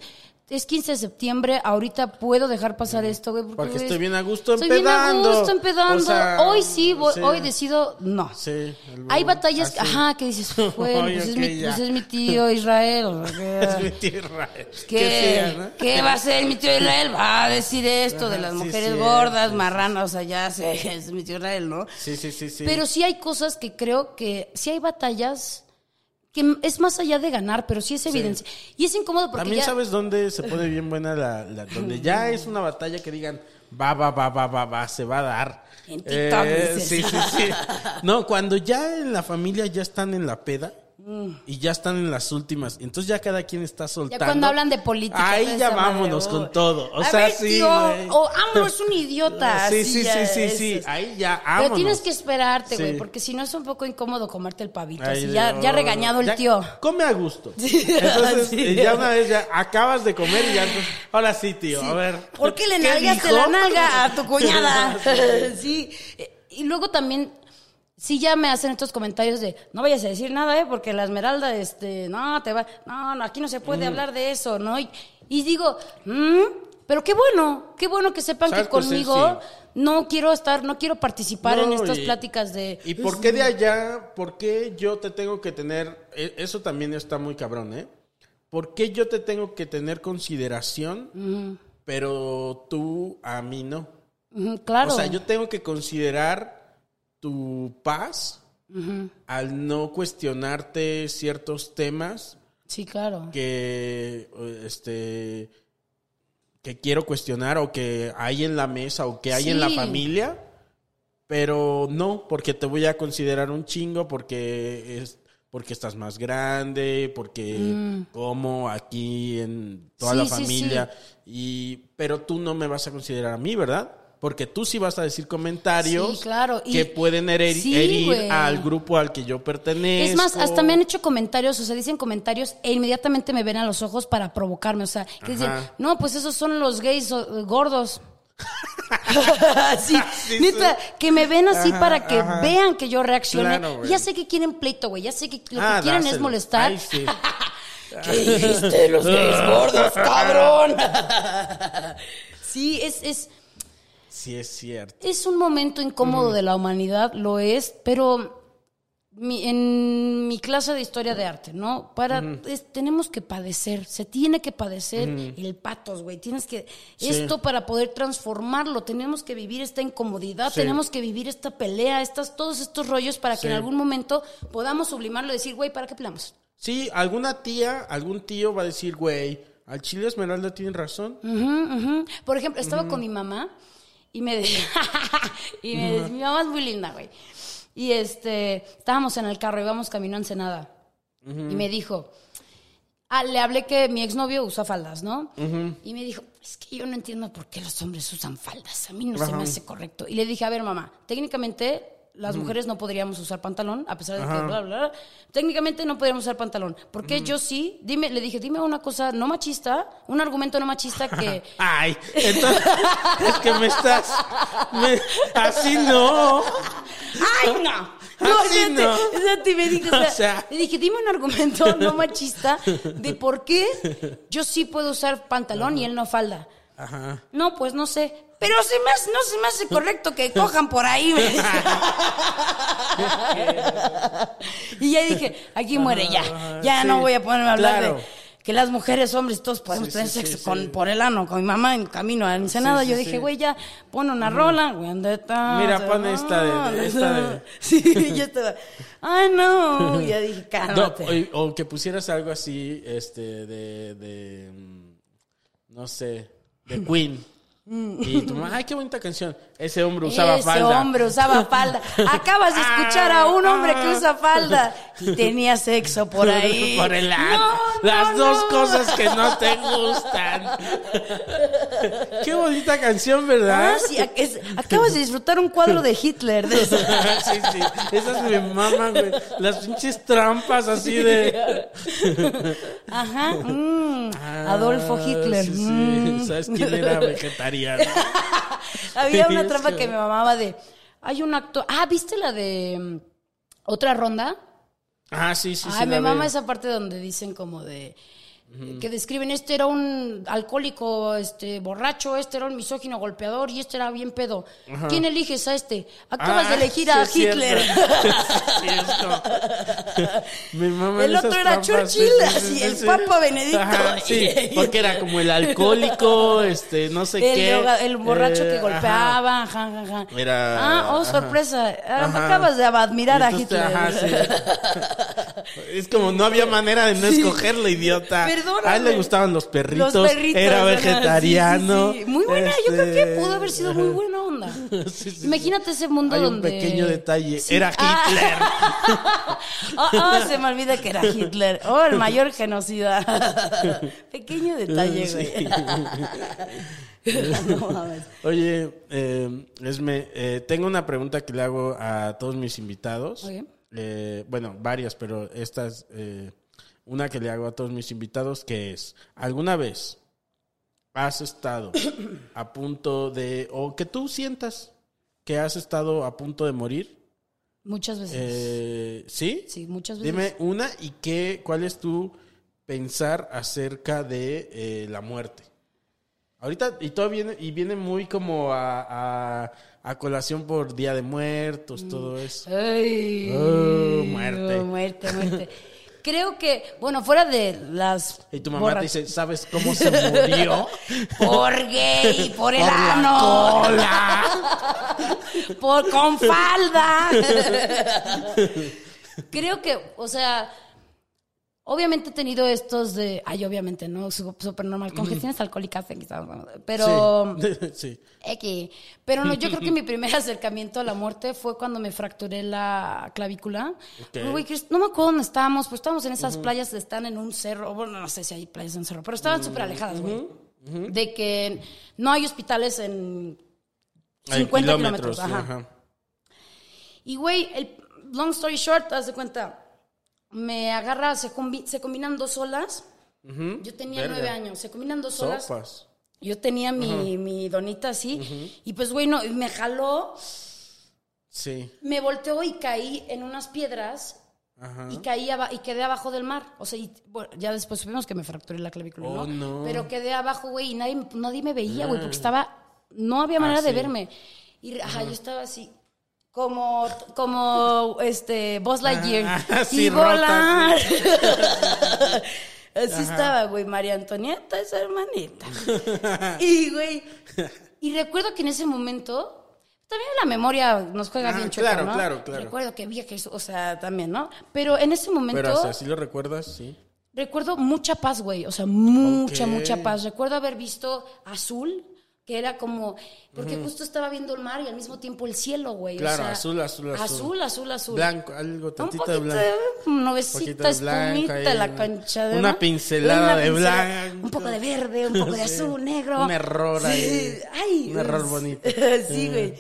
es quince de septiembre, ahorita puedo dejar pasar esto, güey. Porque, Porque güey, estoy bien a gusto estoy empedando. bien a gusto empedando. O sea, hoy sí, voy, sí. hoy decido, no. Sí, el Hay burro. batallas, Así. ajá, que dices, bueno, Oye, pues, es ok, mi, ya. pues es mi tío Israel. Es mi tío Israel. ¿Qué, Que siga, ¿no? ¿Qué va a hacer mi tío Israel? Va a decir esto Ajá, de las sí, mujeres sí, gordas, sí, marranas, o sea, ya sé, es mi tío Israel, ¿no? Sí, sí, sí, sí. Pero sí hay cosas que creo que, sí hay batallas que es más allá de ganar, pero sí es evidencia. Y es incómodo porque También ya... sabes dónde se pone bien buena la, la- donde ya es una batalla que digan va, va, va, va, va, va, se va a dar. En TikTok, dices. sí, sí, sí. No, cuando ya en la familia ya están en la peda y ya están en las últimas, entonces ya cada quien está soltando. Ya cuando hablan de política. Ahí toda ya esa madre, vámonos uy. con todo. O a sea, ver, sí, tío, güey. o AMLO es un idiota. Sí, así sí, ya sí, sí, es, sí. es. Ahí ya, Pero vámonos. tienes que esperarte, güey, Sí. porque si no es un poco incómodo comerte el pavito. Ay, así, ya, Dios. ya regañado el Ya tío. Come a gusto. Entonces, Sí. eh, ya una vez ya acabas de comer y ya entonces, ahora sí, tío, a ver. ¿Por qué le ¿qué nalgaste dijo? la nalga a tu cuñada? Sí. Y luego también, sí ya me hacen estos comentarios de, no vayas a decir nada, ¿eh? Porque la Esmeralda, este, no, te va, no, no, aquí no se puede hablar de eso, ¿no? Y, y digo, "Mm, pero qué bueno, qué bueno que sepan ¿Sabes? que Pues, conmigo sí. no quiero estar, no quiero participar No, en estas y- pláticas de... ¿Y por qué de allá? ¿Por qué yo te tengo que tener? e- Eso también está muy cabrón, ¿eh? ¿Por qué yo te tengo que tener consideración, pero tú a mí no? Ujú, claro. O sea, yo tengo que considerar tu paz al no cuestionarte ciertos temas Sí, claro. que este que quiero cuestionar o que hay en la mesa o que hay en la Sí. familia, pero no, porque te voy a considerar un chingo porque es porque estás más grande, porque como aquí en toda Sí, la sí, familia y pero tú no me vas a considerar a mí, ¿verdad? Porque tú sí vas a decir comentarios Sí, claro. Y- que pueden herir, Sí, herir güey. al grupo al que yo pertenezco. Es más, hasta me han hecho comentarios, o sea, dicen comentarios e inmediatamente me ven a los ojos para provocarme, o sea, que dicen, Ajá. no, pues esos son los gays o- gordos. sí, Sí, neta, sí. que me ven así Ajá, para que ajá. vean que yo reaccione. Claro, güey. Ya sé que quieren pleito, güey, ya sé que lo Ah, que quieren es dáselo. molestar. Ay, sí. ¿Qué dijiste, los gays gordos, cabrón? sí, es, es, Sí, es cierto. es un momento incómodo de la humanidad, lo es, pero mi- en mi clase de historia de arte, ¿no? Para es- tenemos que padecer, se tiene que padecer el patos, güey. Tienes que Sí. esto para poder transformarlo, tenemos que vivir esta incomodidad, Sí. tenemos que vivir esta pelea, estas todos estos rollos para que Sí. en algún momento podamos sublimarlo y decir, güey, ¿para qué peleamos? Sí, alguna tía, algún tío va a decir, güey, al chile Esmeralda tiene razón. Ujú, ujú. Por ejemplo, estaba con mi mamá y me decía, y me decía, mi mamá es muy linda, güey. Y este, estábamos en el carro, íbamos camino a Ensenada. Y me dijo, ah, le hablé que mi exnovio usa faldas, ¿no? Y me dijo, es que yo no entiendo por qué los hombres usan faldas. A mí no se me hace correcto. Y le dije, a ver, mamá, técnicamente las mujeres no podríamos usar pantalón, a pesar de que bla, bla, bla. Técnicamente no podríamos usar pantalón. Porque yo sí, dime, le dije, dime una cosa no machista, un argumento no machista que... Ay, entonces, es que me estás... me- así no. ¡Ay, no! No, Así fíjate, no. fíjate, me dijo, o sea, O sea. le dije, dime un argumento no machista de por qué yo sí puedo usar pantalón y él no falda. Ajá. No, pues no sé. Pero se me hace- no se me hace correcto que cojan por ahí. me dice. y ya dije, aquí muere ya. Ya sí, no voy a ponerme a hablar claro. de que las mujeres, hombres, todos podemos Sí, tener sí, sexo sí, con, sí. por el ano, con mi mamá en camino a Ensenada. Sí, sí, Yo dije, sí. güey, ya, pon una rola. güey, ¿dónde está? Mira, pon esta de- de- esta de- Sí, yo estaba, ay, no. Ya dije, No, cálmate. o, o que pusieras algo así, este, de, de, mm, no sé, de Queen. Y tu mamá, ay, qué bonita canción. Ese hombre usaba Ese falda. hombre usaba falda. Acabas de escuchar a un hombre que Ah. usa falda y tenía sexo por ahí. Por el ano. No, Las no, dos no. cosas que no te gustan. Qué bonita canción, ¿verdad? Ah, sí, ac- es- acabas de disfrutar un cuadro de Hitler. de eso. sí, sí. Esas me maman, güey. Las pinches trampas así de... Ajá. mm, Adolfo Ah, Hitler. sí, sí. mm. ¿Sabes quién era vegetariano? Había una Es trampa que- que me mamaba de. Hay un acto. Ah, ¿viste la de mm, otra ronda? Ah, sí, sí, sí. Ay, me la mama veo. esa parte donde dicen como de. uh-huh. que describen, este era un alcohólico, este borracho, este era un misógino golpeador y este era bien pedo. Uh-huh. ¿Quién eliges a este? Acabas ah, de elegir sí a Hitler. Sí, Mi mamá el otro era papas, Churchill, sí, sí, así, sí, el sí. Papa Benedicto. Ajá, sí, porque era como el alcohólico, este, no sé el qué. Droga, el borracho eh, que golpeaba, ajá, ajá, ajá. Era, ah, oh, sorpresa. Ajá. Acabas de admirar a Hitler. Ajá, sí. Es como no había manera de no sí. escogerlo, idiota. Perdóname. A él le gustaban los perritos, los perritos era vegetariano. Sí, sí, sí. Muy buena, este... yo creo que pudo haber sido muy buena onda. Sí, sí, Imagínate ese mundo Hay donde... un pequeño detalle, sí. era Hitler. oh, oh, se me olvida que era Hitler. Oh, el mayor genocida. Pequeño detalle, güey. Sí. no, Oye, eh, Esme, eh, tengo una pregunta que le hago a todos mis invitados. Okay. Eh, bueno, varias, pero esta es eh, una que le hago a todos mis invitados, que es, ¿alguna vez has estado a punto de, o que tú sientas que has estado a punto de morir? Muchas veces. Eh, ¿Sí? Sí, muchas veces. Dime una y qué, cuál es tu pensar acerca de eh, la muerte. Ahorita, y todo viene, y viene muy como a, a, a colación por Día de Muertos, mm. todo eso. Ay, oh, muerte. Oh, muerte, muerte. Creo que, bueno, fuera de las... Y tu mamá borra... te dice, ¿sabes cómo se murió? Por gay, por el por ano. La cola. por con falda. Creo que, o sea... Obviamente he tenido estos de... Ay, obviamente, ¿no? Súper normal. Congestiones mm. alcohólicas, quizás. Pero... Sí. sí. X. Pero no, yo creo que mi primer acercamiento a la muerte fue cuando me fracturé la clavícula. Okay. Uy, no me acuerdo dónde estábamos, pero estábamos en esas uh-huh. playas que están en un cerro. Bueno, no sé si hay playas en un cerro, pero estaban uh-huh. súper alejadas, güey. Uh-huh. De que no hay hospitales en cincuenta kilómetros. kilómetros. Ajá. Ajá. Y, güey, el long story short, haz de cuenta... Me agarra, se, combi, se combinan dos olas. Uh-huh. Yo tenía Verga. nueve años. Se combinan dos olas. Sopas. Yo tenía mi, uh-huh. mi donita así. Uh-huh. Y pues, güey, no, me jaló. Sí. Me volteó y caí en unas piedras. Uh-huh. Y caí aba- y quedé abajo del mar. O sea, y, bueno, ya después supimos que me fracturé la clavícula, oh, ¿no? no. Pero quedé abajo, güey, y nadie, nadie me veía, güey, uh-huh. porque estaba... No había manera ah, de sí. verme. Y, ajá, uh-huh. yo estaba así... Como, como, este, Buzz Lightyear. Ah, sí, y volar. Sí. Así Ajá. estaba, güey, María Antonieta, esa hermanita. Y, güey, y recuerdo que en ese momento, también la memoria nos juega ah, bien chueca, claro, ¿no? Claro, claro, Recuerdo que vi que eso, o sea, también, ¿no? Pero en ese momento... Pero, o sea, ¿sí lo recuerdas? Sí. Recuerdo mucha paz, güey, o sea, mucha, okay. mucha paz. Recuerdo haber visto azul... Que era como... Porque uh-huh. justo estaba viendo el mar y al mismo tiempo el cielo, güey. Claro, o sea, azul, azul, azul. Azul, azul, azul. Blanco, algo tantito de blanco. Un novecita, espumita, la cancha de... Una pincelada una de pincelada, blanco. Un poco de verde, un poco de sí. azul, negro. Un error ahí. Sí. Ay, un error bonito. Sí, güey.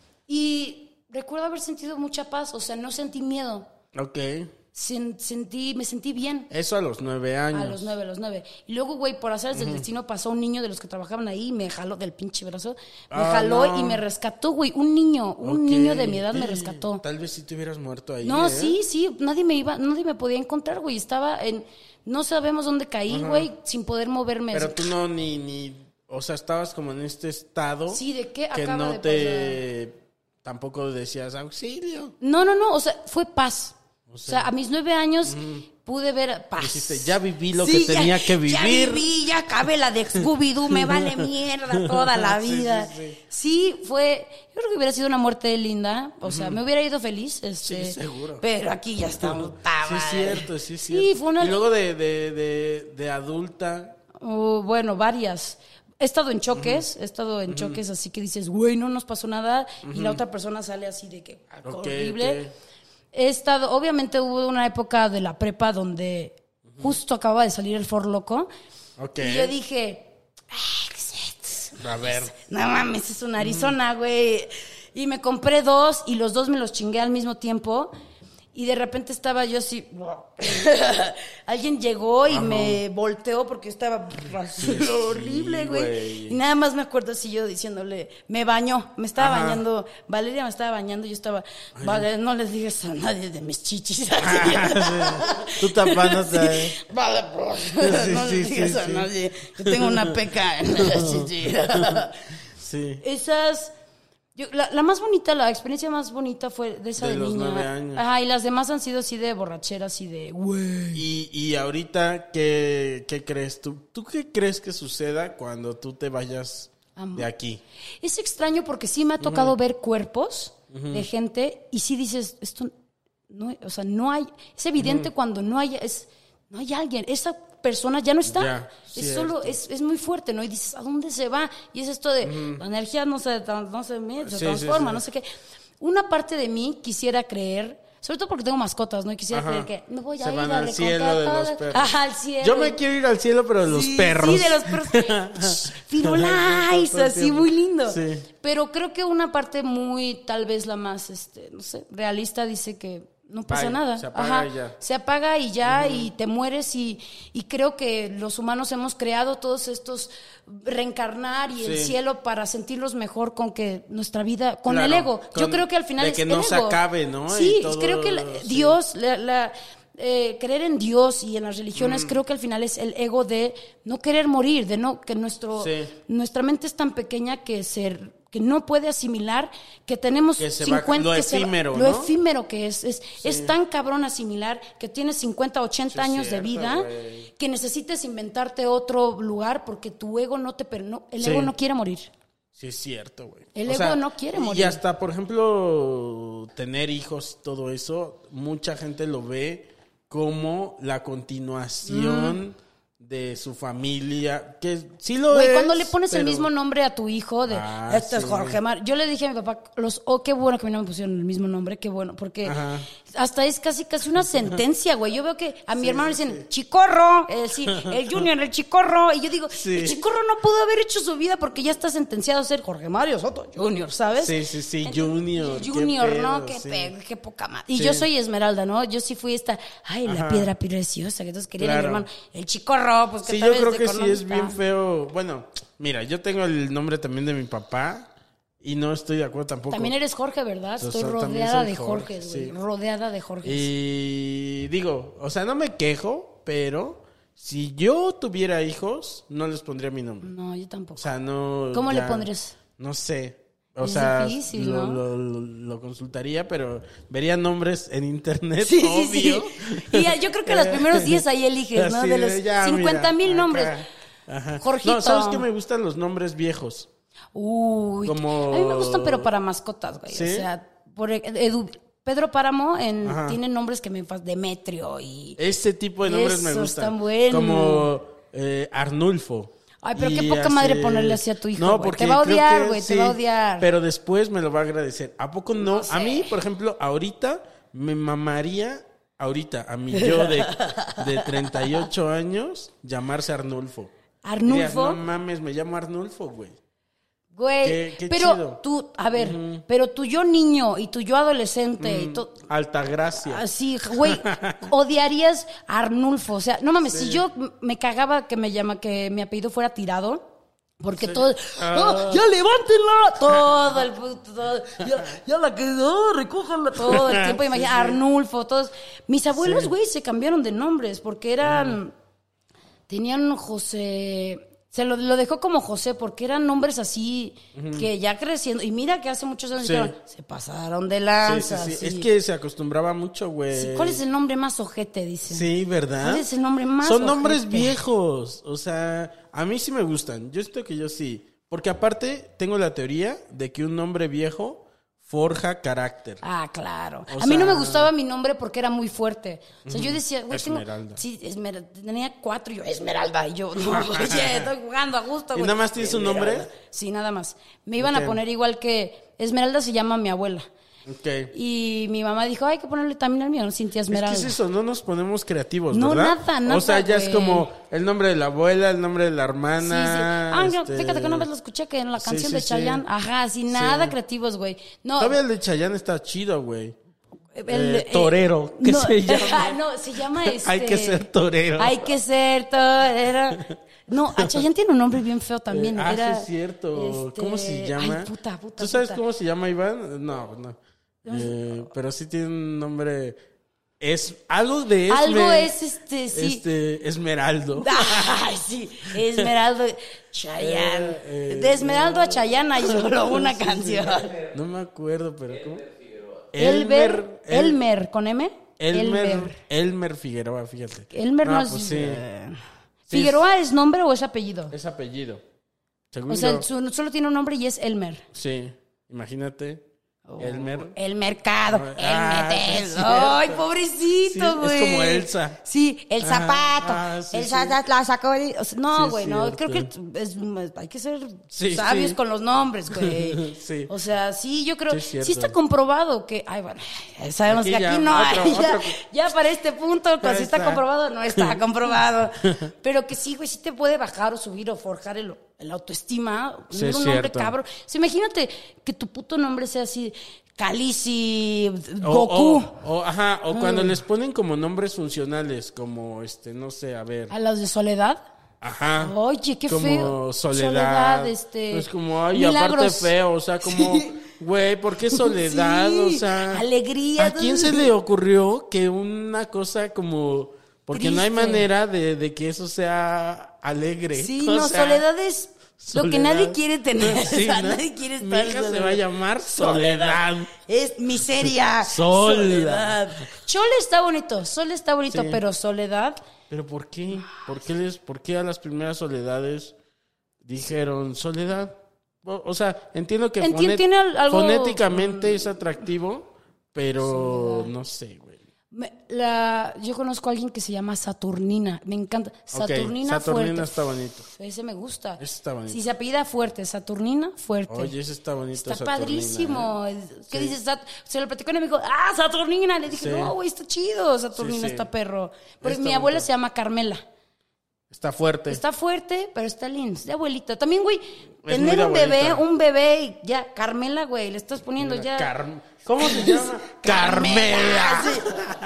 Y recuerdo haber sentido mucha paz. O sea, no sentí miedo. Ok. Sentí, me sentí bien. Eso a los nueve años. A los nueve, a los nueve. Y luego, güey, por hacer uh-huh. el destino pasó un niño de los que trabajaban ahí y me jaló del pinche brazo. Me ah, jaló no. y me rescató, güey. Un niño, un okay. niño de mi edad me rescató. Tal vez si te hubieras muerto ahí. No, ¿eh? sí, sí. Nadie me iba, nadie me podía encontrar, güey. Estaba en, no sabemos dónde caí, güey, uh-huh. sin poder moverme. Pero tú no, ni, ni, o sea, estabas como en este estado. Sí, ¿de qué que acaba no de te, pasar? Tampoco decías auxilio. No, no, no. O sea, fue paz. O sea, o sea, a mis nueve años uh-huh. pude ver paz. Dijiste, ya viví lo sí, que tenía ya, que vivir. Ya viví, ya acabé la de Scooby-Doo, me vale mierda toda la vida. Sí, sí, sí. sí, fue... Yo creo que hubiera sido una muerte linda. O sea, uh-huh. me hubiera ido feliz. Este, sí, seguro. Pero aquí ya estamos. Sí, es cierto, sí, es cierto. Sí, fue una... Y luego de, de, de, de adulta... Uh, bueno, varias... He estado en choques, uh-huh. he estado en uh-huh. choques, así que dices, güey, no nos pasó nada. Uh-huh. Y la otra persona sale así de que, okay, horrible. Okay. He estado, obviamente hubo una época de la prepa donde uh-huh. justo acababa de salir el Ford Loco. Okay. Y yo dije, a ver. No mames, es una Arizona, güey. Uh-huh. Y me compré dos y los dos me los chingué al mismo tiempo. Y de repente estaba yo así, alguien llegó y Ajá. me volteó porque yo estaba Sí, horrible, güey. güey. Y nada más me acuerdo así yo diciéndole, me bañó, me estaba Ajá. bañando, Valeria me estaba bañando, yo estaba, vale, no les digas a nadie de mis chichis. Ah, sí. Tú tapándote. Sí. Vale, bro. Sí, no sí, les digas sí, a sí. nadie. Yo tengo una peca en la chichi. Sí. Esas... Yo, la, la más bonita, la experiencia más bonita fue de esa De de, los niña. nueve años. Ajá, y las demás han sido así de borracheras y de, güey. Y, y ahorita, ¿qué, ¿qué crees tú? ¿Tú qué crees que suceda cuando tú te vayas Amo. de aquí? Es extraño porque sí me ha tocado ver cuerpos de gente y sí dices, esto no, o sea, no hay, es evidente cuando no hay, es, no hay alguien, esa persona ya no está. Ya, es cierto. solo, es, es muy fuerte, ¿no? Y dices, ¿a dónde se va? Y es esto de, la energía no se, tran- no se, mete, se Sí, transforma, sí, sí. no sé qué. Una parte de mí quisiera creer, sobre todo porque tengo mascotas, ¿no? Y quisiera Ajá. creer que me voy a Se ir van a al cielo de reconquistar los todas- perros. Ajá, al cielo. Yo me quiero ir al cielo, pero de los Sí, perros. Sí, de los perros. Firulais, Todo el así, tiempo. muy lindo. Sí. Pero creo que una parte muy, tal vez la más, este, no sé, realista dice que no pasa Bye, nada. se apaga Ajá, y ya. se apaga y ya, y te mueres. Y, y creo que los humanos hemos creado todos estos reencarnar y el Sí. cielo para sentirlos mejor con que nuestra vida, con Claro, el ego. Yo con- creo que al final de es que el no se ego. acabe, ¿no? Sí, Y todo- creo que la- sí. Dios, la, la- eh, creer en Dios y en las Mm. religiones, creo que al final es el ego de no querer morir, de no que nuestro Sí. nuestra mente es tan pequeña que se que no puede asimilar que tenemos Que se va- cincuenta lo que se va- efímero, lo ¿no? efímero que es es, es tan cabrón asimilar que tienes cincuenta, ochenta Sí, años cierto, de vida güey. que necesites inventarte otro lugar porque tu ego no te per- no, el Sí. ego no quiere morir. Sí, es cierto, güey. El O ego sea, no quiere Y morir. hasta, por ejemplo, tener hijos, todo eso, mucha gente lo ve como la continuación de su familia, que sí lo Güey, es. cuando le pones el pero- mismo nombre a tu hijo de Ah, este es sí. Jorge Mar, yo le dije a mi papá, los oh, qué bueno que a mí no me pusieron el mismo nombre, qué bueno, porque Ajá. hasta es casi casi una sentencia, güey. Yo veo que a mi hermano le dicen Chicorro, el, sí, el Junior, el Chicorro, y yo digo, Sí. el Chicorro no pudo haber hecho su vida porque ya está sentenciado a ser Jorge Mario Soto Junior, ¿sabes? Sí, sí, sí, Entonces, Junior, qué Junior, ¿no? pedo, Qué sí. pe- qué poca madre. Y Sí. yo soy Esmeralda, ¿no? Yo sí fui esta, ay, la Ajá. piedra preciosa, que entonces querían a mi Claro. hermano, el Chicorro, pues que Sí, tal yo vez creo de que sí es económica. bien feo. Bueno, mira, yo tengo el nombre también de mi papá y no estoy de acuerdo tampoco. También eres Jorge, ¿verdad? Yo Estoy so- también rodeada soy de Jorge, Jorges, güey. sí. Rodeada de Jorges. Y digo, o sea, no me quejo, pero si yo tuviera hijos, no les pondría mi nombre. No, yo tampoco. O sea, no. ¿Cómo ya- le pondrías? No sé. O Es sea, difícil, lo, ¿no? lo- lo- lo consultaría, pero vería nombres en internet, Sí, sí, sí. obvio. Y ya, yo creo que los primeros diez ahí eliges, ¿no? Así De los ya, cincuenta mil mira, nombres. acá. Ajá. Jorgito. No, ¿sabes qué? Me gustan los nombres viejos. Uy. Como- A mí me gustan, pero para mascotas, güey. ¿Sí? O sea, por Edu- Pedro Páramo en, Ajá. tiene nombres que me fascinan. Demetrio y... Ese tipo de nombres me Esos gustan. están buenos. Como eh, Arnulfo. Ay, pero qué Y poca madre ponerle así a tu hijo, No, güey. porque Te va a creo odiar, que güey, te sí, va a odiar. Pero después me lo va a agradecer. ¿A poco no? No sé. A mí, por ejemplo, ahorita me mamaría, ahorita, a mí yo de, de treinta y ocho años, llamarse Arnulfo. Arnulfo. Dirías, no mames, me llamo Arnulfo, güey. Güey, Qué- qué pero chido. tú, a ver, pero tu yo niño y tu yo adolescente y todo... Altagracia. Así, güey, odiarías a Arnulfo. O sea, no mames, si yo m- me cagaba que me llama, que mi apellido fuera tirado, porque todo, ¡ah, ya levántenla! Todo el puto, todo, ya, ya la quedó, recójanla todo el tiempo. Imagina, Arnulfo, todos. Mis abuelos, güey, se cambiaron de nombres porque eran, tenían José. Se lo, lo dejó como José porque eran nombres así que ya creciendo. Y mira que hace muchos años Sí. dijeron, se pasaron de Sí, sí, lanza. sí. así. Es que se acostumbraba mucho, güey. Sí, ¿cuál es el nombre más ojete? Dicen. Sí, ¿verdad? ¿Cuál es el nombre más Son nombres ojete? viejos. O sea, a mí sí me gustan. Yo siento que yo sí. Porque aparte, tengo la teoría de que un nombre viejo forja carácter. Ah, claro. O a mí no sea- me gustaba mi nombre porque era muy fuerte. O sea, yo decía, güey, tengo... Esmeralda. Sí, Esmeralda. Tenía cuatro y yo, Esmeralda. Y yo, no, oye, estoy jugando a gusto, ¿Y güey. nada más tienes un nombre? Esmeralda. Sí, nada más. Me iban Ok. a poner igual que... Esmeralda se llama mi abuela. Ok. Y mi mamá dijo, hay que ponerle también al mío, ¿no? Cintia Es Esmeralda. que es eso, no nos ponemos creativos, No, ¿verdad? nada, nada, O sea, ya es güey. como el nombre de la abuela, el nombre de la Sí, sí. hermana. Ah, yo, este- fíjate que una vez lo escuché que en la Sí, canción sí, de sí. Chayanne. Ajá, sin nada Sí. creativos, güey. No, Todavía el de Chayanne está chido, güey. El, eh, eh, torero, ¿qué no, se llama? No, se llama este... Hay que ser torero. Hay que ser torero. No, Chayanne tiene un nombre bien feo también. Eh, ah, Era, sí es cierto. este, ¿Cómo se llama? Ay, puta, puta, ¿Tú sabes puta. cómo se llama, Iván? No, no. Eh, pero sí tiene un nombre... Es algo de Esme, Algo es este, sí. Este, Esmeraldo. Ay, sí, Esmeraldo, Chayanne. Eh, eh, de Esmeraldo a Chayanne hay solo una canción. No me acuerdo, pero ¿cómo? Elmer, El- Elmer, ¿con M? Elmer, Elmer Figueroa, fíjate. Elmer no, es... pues sí. eh, Sí, ¿Figueroa es nombre o es apellido? Es apellido. Según O sea, yo. su- solo tiene un nombre y es Elmer. Sí, imagínate. Elmer. El mercado, Ah, el sí, metel. es Ay, cierto. pobrecito, Sí, es güey. como Elsa. Sí, el Ah, zapato. ah, sí, el sí. sa- la sacó. de- o sea, no, Sí, es güey, no. cierto. Creo que es, hay que ser Sí, sabios sí. con los nombres, güey. Sí. O sea, sí, yo creo. Sí, es Sí, cierto. está comprobado que. Ay, bueno, ya sabemos Aquí que aquí ya, no otro- hay. Ya, otro- ya para este punto, pues, si está está. comprobado, no está comprobado. Pero que sí, güey, sí te puede bajar o subir o forjar el, el autoestima. Sí, Tener es un nombre cierto. cabrón. O sea, imagínate que tu puto nombre sea así. Calici, O- Goku. O, o, ajá, o cuando les ponen como nombres funcionales, como este, no sé, a ver. A las de Soledad. Ajá. Oye, qué como feo. Soledad. Soledad, este, Es como, ay, Milagros. aparte feo, o sea, como, güey, ¿por qué soledad? Sí, O sea, alegría. ¿a quién se le ocurrió que una cosa como, porque no hay Triste. manera de, de que eso sea alegre? Sí, O no, sea, Soledad es lo que Soledad. nadie quiere tener. Sí, O sea, ¿no? nadie quiere Mi estar hija se sola. va a llamar Soledad. Es miseria. Sola. Soledad. Chole está bonito, Sol está bonito, Sí. pero Soledad. ¿Pero por qué? ¿Por qué, les, ¿Por qué a las primeras soledades dijeron soledad? O, o sea, entiendo que Enti- fonet- tiene al- algo- fonéticamente es atractivo, pero no sé, güey. Me- la, yo conozco a alguien que se llama Saturnina. Me encanta. Saturnina, Ok, Saturnina Fuerte. está bonito. Ese me gusta. Ese está bonito. Si se apellida Fuerte, Saturnina Fuerte. Oye, ese está bonito. Está Saturnina, padrísimo. ¿eh? ¿Qué Sí. dices? Sat- Se lo platicó y me dijo, ah, Saturnina. Le dije, Sí. no, güey, está chido. Saturnina Sí, sí. está perro. Pero Está mi abuela bonito. se llama Carmela. Está fuerte. Está fuerte, pero está lindo. Es de abuelita. También, güey, muy tener de un bebé, abuelita. un bebé y ya, Carmela, güey, le estás poniendo ya. Car- ¿Cómo se llama? Carmela. Sí.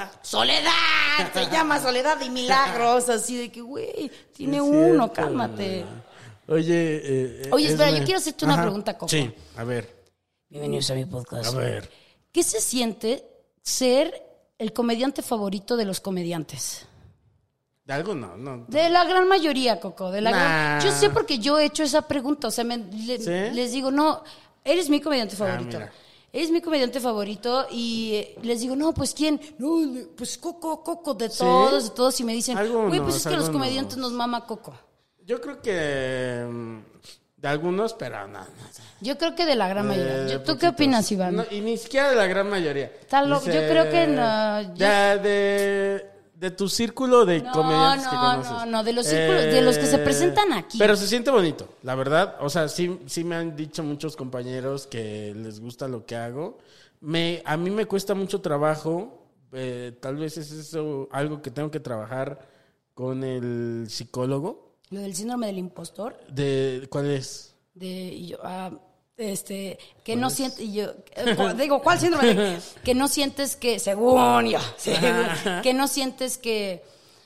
Soledad, se llama Soledad y Milagros, así de que, güey, tiene Es uno, cierto. cálmate. Oye, eh, Oye, espera, Esme. yo quiero hacerte una Ajá. pregunta, Coco. Sí, a ver, Bienvenidos a mi podcast. a ver. ¿Qué se siente ser el comediante favorito de los comediantes? De algo no, no. De la gran mayoría, Coco. De la Nah. gran... Yo sé porque yo he hecho esa pregunta. O sea, me- le- ¿Sí? les digo, no, eres mi comediante favorito. mira. Eres mi comediante favorito y eh, les digo, no, pues ¿quién? No, le- pues Coco, Coco, de ¿Sí? todos, de todos. Y me dicen, Algunos, güey, pues es que a los algunos. comediantes nos mama Coco. Yo creo que mm, de algunos, pero no. no. Yo creo que de la gran mayoría. Eh, Yo- ¿Tú poquitos. qué opinas, Iván? No, y ni siquiera de la gran mayoría. Está loco. Yo creo que no, yo- Ya de, de tu círculo de No, comediantes que no, conoces. no, no, de los círculos- de los que se presentan aquí. Pero se siente bonito, la verdad. O sea, sí, sí me han dicho muchos compañeros que les gusta lo que hago. Me, a mí me cuesta mucho trabajo. eh, tal vez es eso algo que tengo que trabajar con el psicólogo. Lo del síndrome del impostor. De, ¿cuál es? De, y yo, ah, este, que no sientes, y yo, eh, cu- digo, ¿cuál síndrome? De- que no sientes que, según yo, según- que no sientes que,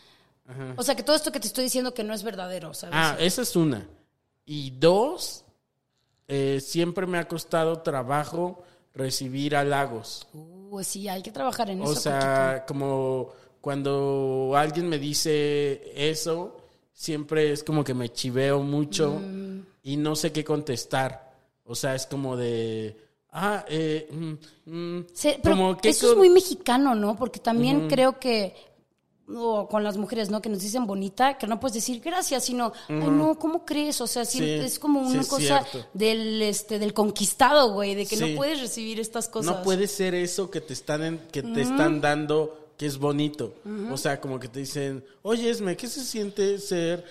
o sea, que todo esto que te estoy diciendo que no es verdadero, ¿sabes? Ah, esa es una. Y dos, eh, siempre me ha costado trabajo recibir halagos. Uh, sí, hay que trabajar en O eso. sea, como cuando alguien me dice eso, siempre es como que me chiveo mucho Mm. y no sé qué contestar. O sea, es como de... Ah, eh... mm, mm, Se- pero como que eso es con- muy mexicano, ¿no? Porque también creo que o con las mujeres, ¿no? Que nos dicen bonita, que no puedes decir gracias, sino, ay, no, ¿cómo crees? O sea, sí, Sí, es como sí una es cosa cierto. del este del conquistado, güey, de que Sí. no puedes recibir estas cosas. No puede ser eso que te están en- que te están dando que es bonito. O sea, como que te dicen, oye, Esme, ¿qué se siente ser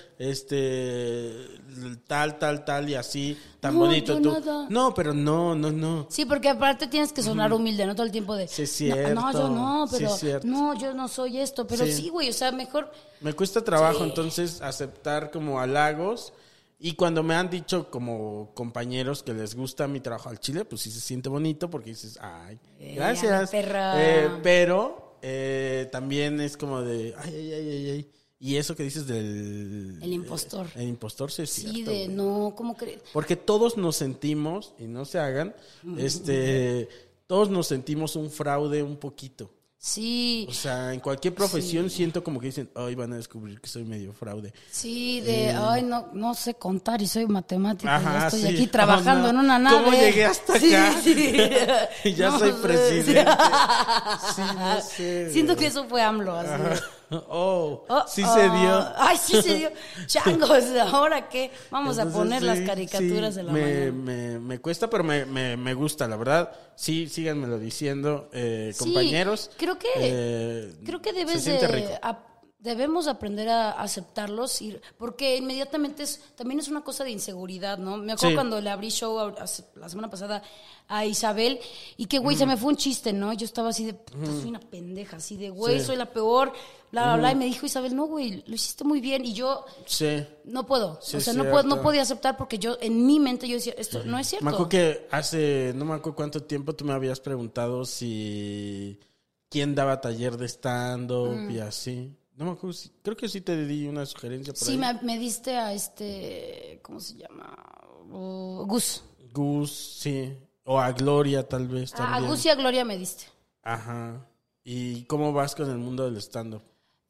este tal, tal, tal y así, tan No, bonito? yo Tú, nada. no, pero no, no, no. Sí, porque aparte tienes que sonar humilde, ¿no? Todo el tiempo de... Sí, es No, cierto. no, yo no, Sí, pero... es cierto. no, yo no soy esto, pero Sí. sí, güey, o sea, mejor... Me cuesta trabajo Sí. entonces aceptar como halagos Y cuando me han dicho como compañeros que les gusta mi trabajo al chile, pues sí se siente bonito porque dices, ay, gracias. Eh, perra. Eh, pero eh, también es como de, ay, ay, ay, ay, ay. Y eso que dices del... El impostor. Eh, el impostor, sí es Sí, cierto, de güey. no, ¿cómo crees? Porque todos nos sentimos, y no se hagan, este, todos nos sentimos un fraude un poquito. Sí. O sea, en cualquier profesión Sí. siento como que dicen, ay, van a descubrir que soy medio fraude. Sí, de, ay, no, no sé contar y soy matemática. Ajá, ya estoy sí. aquí trabajando Oh, no. en una nave. ¿Cómo llegué hasta Sí, acá? sí. Y ya No soy sé, presidente. sí. Sí, no sé. Siento que eso fue AMLO. Así de, Oh, oh, sí oh, se dio. Ay, sí se dio. Changos, ¿ahora qué? Vamos a Entonces, poner sí, las caricaturas sí, de la me, mañana. me, me cuesta, pero me, me, me gusta, la verdad. Sí, síganmelo diciendo, eh, Sí, compañeros. creo que- eh, Creo que se debes siente de... rico. ap- debemos aprender a aceptarlos, y, porque inmediatamente es, también es una cosa de inseguridad, ¿no? Me acuerdo Sí. cuando le abrí show a- hace- la semana pasada a Isabel y que, güey, se me fue un chiste, ¿no? Yo estaba así de, puta, soy una pendeja, así de, güey, Sí. soy la peor, bla, bla, bla. Y me dijo Isabel, no, güey, lo hiciste muy bien. Y yo Sí. no puedo, Sí, o sea, es no, puedo, no cierto. podía aceptar porque yo, en mi mente, yo decía, esto no es cierto. Me acuerdo que hace, no me acuerdo cuánto tiempo tú me habías preguntado si quién daba taller de stand-up y así. No me acuerdo, si- creo que sí te di una sugerencia por Sí, ahí. me, me diste a este, ¿cómo se llama? Uh, Gus. Gus, sí. O a Gloria, tal vez, Ah, también. a Gus y a Gloria me diste. Ajá. ¿Y cómo vas con el mundo del stand-up?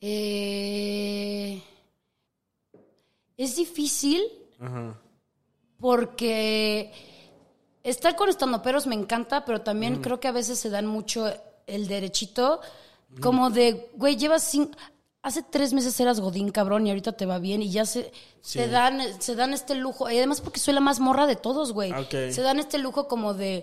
Eh, es difícil Ajá. porque estar con estandoperos me encanta, pero también creo que a veces se dan mucho el derechito, como de, güey, llevas cin- hace tres meses eras godín, cabrón, y ahorita te va bien, y ya se, Sí. se dan, se dan este lujo, y además porque soy la más morra de todos, güey. Ok. Se dan este lujo como de,